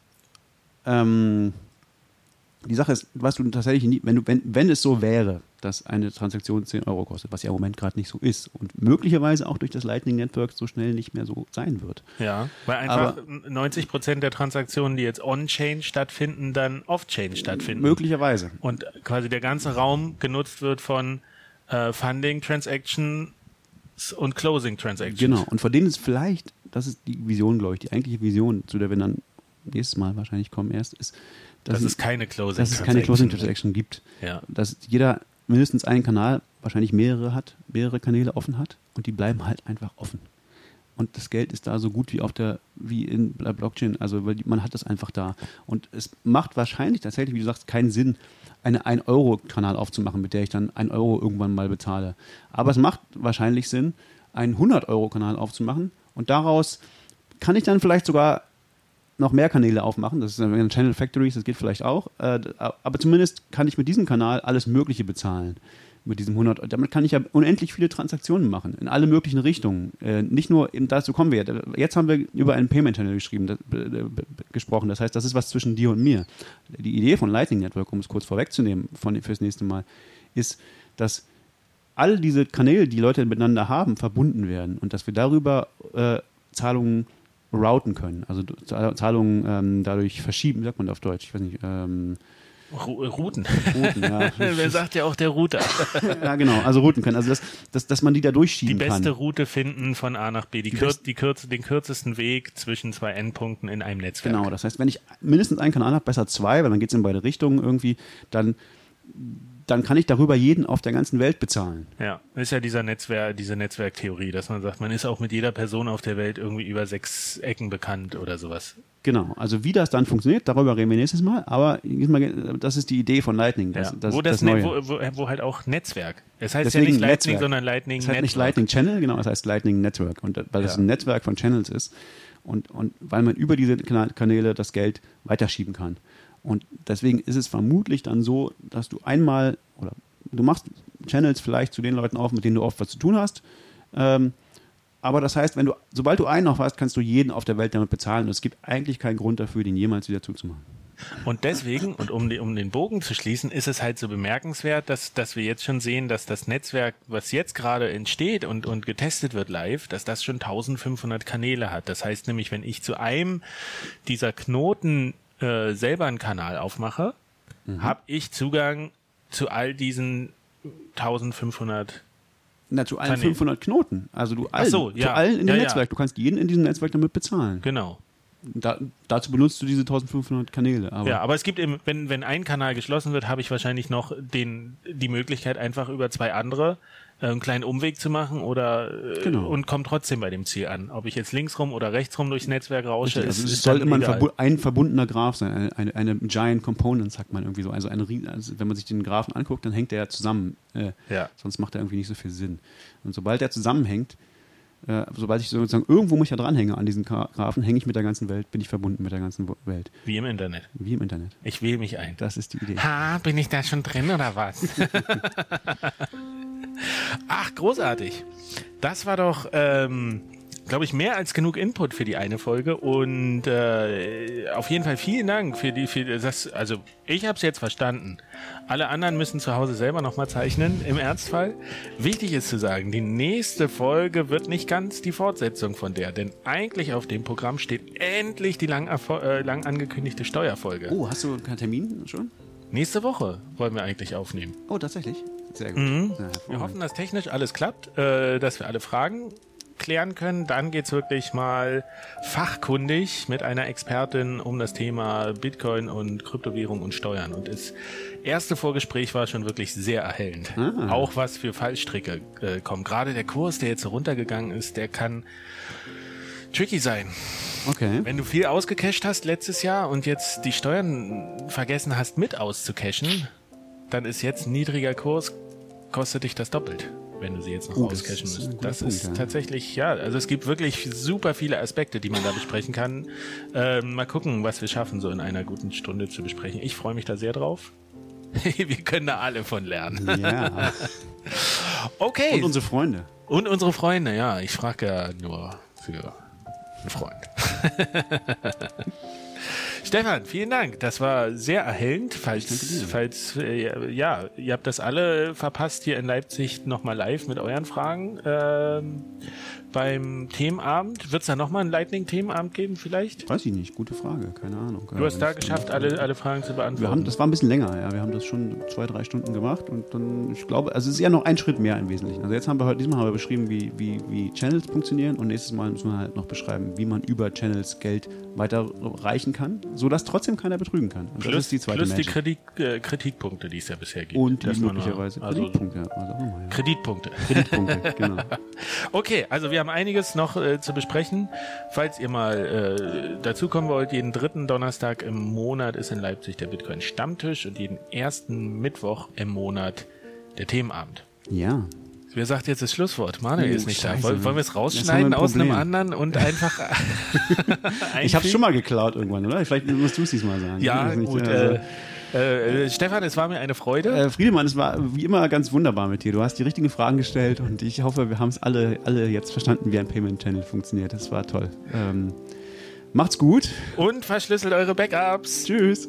Sache ist, was du tatsächlich nie, wenn es so wäre, dass eine Transaktion 10 Euro kostet, was ja im Moment gerade nicht so ist und möglicherweise auch durch das Lightning Network so schnell nicht mehr so sein wird. Ja, weil einfach 90% der Transaktionen, die jetzt on-chain stattfinden, dann off-chain stattfinden. Möglicherweise. Und quasi der ganze Raum genutzt wird von Funding Transactions und Closing Transactions. Genau, und von denen ist vielleicht, das ist die Vision, glaube ich, die eigentliche Vision, zu der wir dann nächstes Mal wahrscheinlich kommen erst, ist, dass es keine Closing Transaction gibt. Ja. Dass jeder mindestens einen Kanal, wahrscheinlich mehrere Kanäle offen hat und die bleiben halt einfach offen. Und das Geld ist da so gut wie in der Blockchain, also weil man hat das einfach da. Und es macht wahrscheinlich tatsächlich, wie du sagst, keinen Sinn, einen 1-Euro-Kanal aufzumachen, mit der ich dann 1 Euro irgendwann mal bezahle. Aber es macht wahrscheinlich Sinn, einen 100-Euro-Kanal aufzumachen und daraus kann ich dann vielleicht sogar noch mehr Kanäle aufmachen. Das ist Channel Factories, das geht vielleicht auch. Aber zumindest kann ich mit diesem Kanal alles Mögliche bezahlen. Mit diesem 100. Damit kann ich ja unendlich viele Transaktionen machen. In alle möglichen Richtungen. Nicht nur, dazu kommen wir. Jetzt haben wir über einen Payment Channel gesprochen. Das heißt, das ist was zwischen dir und mir. Die Idee von Lightning Network, um es kurz vorwegzunehmen fürs nächste Mal, ist, dass all diese Kanäle, die Leute miteinander haben, verbunden werden und dass wir darüber Zahlungen routen können, also Zahlungen dadurch verschieben, sagt man auf Deutsch, ich weiß nicht. Routen, ja. Wer sagt ja auch der Router. Ja, genau, also routen können, also dass man die da durchschieben kann. Die beste Route finden von A nach B, den kürzesten Weg zwischen zwei Endpunkten in einem Netzwerk. Genau, das heißt, wenn ich mindestens einen Kanal habe, besser 2, weil dann geht es in beide Richtungen irgendwie, dann kann ich darüber jeden auf der ganzen Welt bezahlen. Ja, ist ja diese Netzwerktheorie, dass man sagt, man ist auch mit jeder Person auf der Welt irgendwie über 6 Ecken bekannt oder sowas. Genau, also wie das dann funktioniert, darüber reden wir nächstes Mal, aber das ist die Idee von Lightning. Wo halt auch Netzwerk. Es heißt deswegen ja nicht Lightning, Netzwerk, sondern Lightning Network. Es heißt nicht Lightning Channel, genau, es heißt Lightning Network, und weil es ein Netzwerk von Channels ist und weil man über diese Kanäle das Geld weiterschieben kann. Und deswegen ist es vermutlich dann so, dass du du machst Channels vielleicht zu den Leuten auf, mit denen du oft was zu tun hast. Aber das heißt, sobald du einen noch hast, kannst du jeden auf der Welt damit bezahlen. Und es gibt eigentlich keinen Grund dafür, den jemals wieder zuzumachen. Und deswegen, und um den Bogen zu schließen, ist es halt so bemerkenswert, dass wir jetzt schon sehen, dass das Netzwerk, was jetzt gerade entsteht und getestet wird live, dass das schon 1500 Kanäle hat. Das heißt nämlich, wenn ich zu einem dieser Knoten selber einen Kanal aufmache, habe ich Zugang zu all diesen 1500 zu allen 500 Knoten. Also zu allen in dem Netzwerk. Du kannst jeden in diesem Netzwerk damit bezahlen. Genau. Dazu benutzt du diese 1500 Kanäle. Aber es gibt eben, wenn ein Kanal geschlossen wird, habe ich wahrscheinlich noch die Möglichkeit, einfach über 2 andere einen kleinen Umweg zu machen und komme trotzdem bei dem Ziel an. Ob ich jetzt links rum oder rechts rum durchs Netzwerk rausche, es soll immer ein verbundener Graph sein, eine Giant Component, sagt man irgendwie so. Also wenn man sich den Graphen anguckt, dann hängt der ja zusammen. Sonst macht er irgendwie nicht so viel Sinn. Und sobald der zusammenhängt, sobald ich sozusagen irgendwo mich da dranhänge an diesen Graphen, hänge ich mit der ganzen Welt, bin ich verbunden mit der ganzen Welt. Wie im Internet. Ich wähle mich ein. Das ist die Idee. Bin ich da schon drin oder was? Ach, großartig. Das war doch, glaube ich, mehr als genug Input für die eine Folge und auf jeden Fall vielen Dank für das. Also ich habe es jetzt verstanden. Alle anderen müssen zu Hause selber nochmal zeichnen, im Ernstfall. Wichtig ist zu sagen, die nächste Folge wird nicht ganz die Fortsetzung von der, denn eigentlich auf dem Programm steht endlich die lang angekündigte Steuerfolge. Oh, hast du keinen Termin schon? Nächste Woche wollen wir eigentlich aufnehmen. Oh, tatsächlich? Sehr gut. Wir hoffen, dass technisch alles klappt, dass wir alle Fragen klären können. Dann geht's wirklich mal fachkundig mit einer Expertin um das Thema Bitcoin und Kryptowährung und Steuern. Und das erste Vorgespräch war schon wirklich sehr erhellend. Auch was für Fallstricke kommen. Gerade der Kurs, der jetzt runtergegangen ist, der kann tricky sein. Okay. Wenn du viel ausgecasht hast letztes Jahr und jetzt die Steuern vergessen hast mit auszukashen, dann ist jetzt ein niedriger Kurs, kostet dich das doppelt, wenn du sie jetzt noch auscashen musst. Das ist tatsächlich, ja, also es gibt wirklich super viele Aspekte, die man da besprechen kann. Mal gucken, was wir schaffen, so in einer guten Stunde zu besprechen. Ich freue mich da sehr drauf. Wir können da alle von lernen. Ja. Okay. Und unsere Freunde. Und unsere Freunde, ja. Ich frage ja nur für einen Freund. Stefan, vielen Dank. Das war sehr erhellend. Falls ihr habt das alle verpasst, hier in Leipzig nochmal live mit euren Fragen beim Themenabend. Wird es da nochmal einen Lightning-Themenabend geben vielleicht? Weiß ich nicht. Gute Frage. Keine Ahnung. Du hast da geschafft, alle Fragen zu beantworten. Das war ein bisschen länger. Ja. Wir haben das schon 2-3 Stunden gemacht und dann, ich glaube, also es ist ja noch ein Schritt mehr im Wesentlichen. Also diesmal haben wir beschrieben, wie Channels funktionieren und nächstes Mal müssen wir halt noch beschreiben, wie man über Channels Geld weiterreichen kann, sodass trotzdem keiner betrügen kann. Und das ist die zweite Plus Magic. die Kritikpunkte, die es ja bisher gibt. Und die möglicherweise Kreditpunkte. Kreditpunkte. Kreditpunkte, genau. Okay, also wir haben einiges noch zu besprechen. Falls ihr mal dazukommen wollt, jeden 3. Donnerstag im Monat ist in Leipzig der Bitcoin-Stammtisch und jeden 1. Mittwoch im Monat der Themenabend. Ja. Wer sagt jetzt das Schlusswort? Manuel ist nicht Scheiße. da. Wollen wir es rausschneiden aus einem anderen und einfach Ich habe schon mal geklaut irgendwann, oder? Vielleicht musst du es diesmal sagen. Ja, gut. Stefan, es war mir eine Freude. Friedemann, es war wie immer ganz wunderbar mit dir. Du hast die richtigen Fragen gestellt und ich hoffe, wir haben es alle jetzt verstanden, wie ein Payment Channel funktioniert. Das war toll. Macht's gut. Und verschlüsselt eure Backups. Tschüss.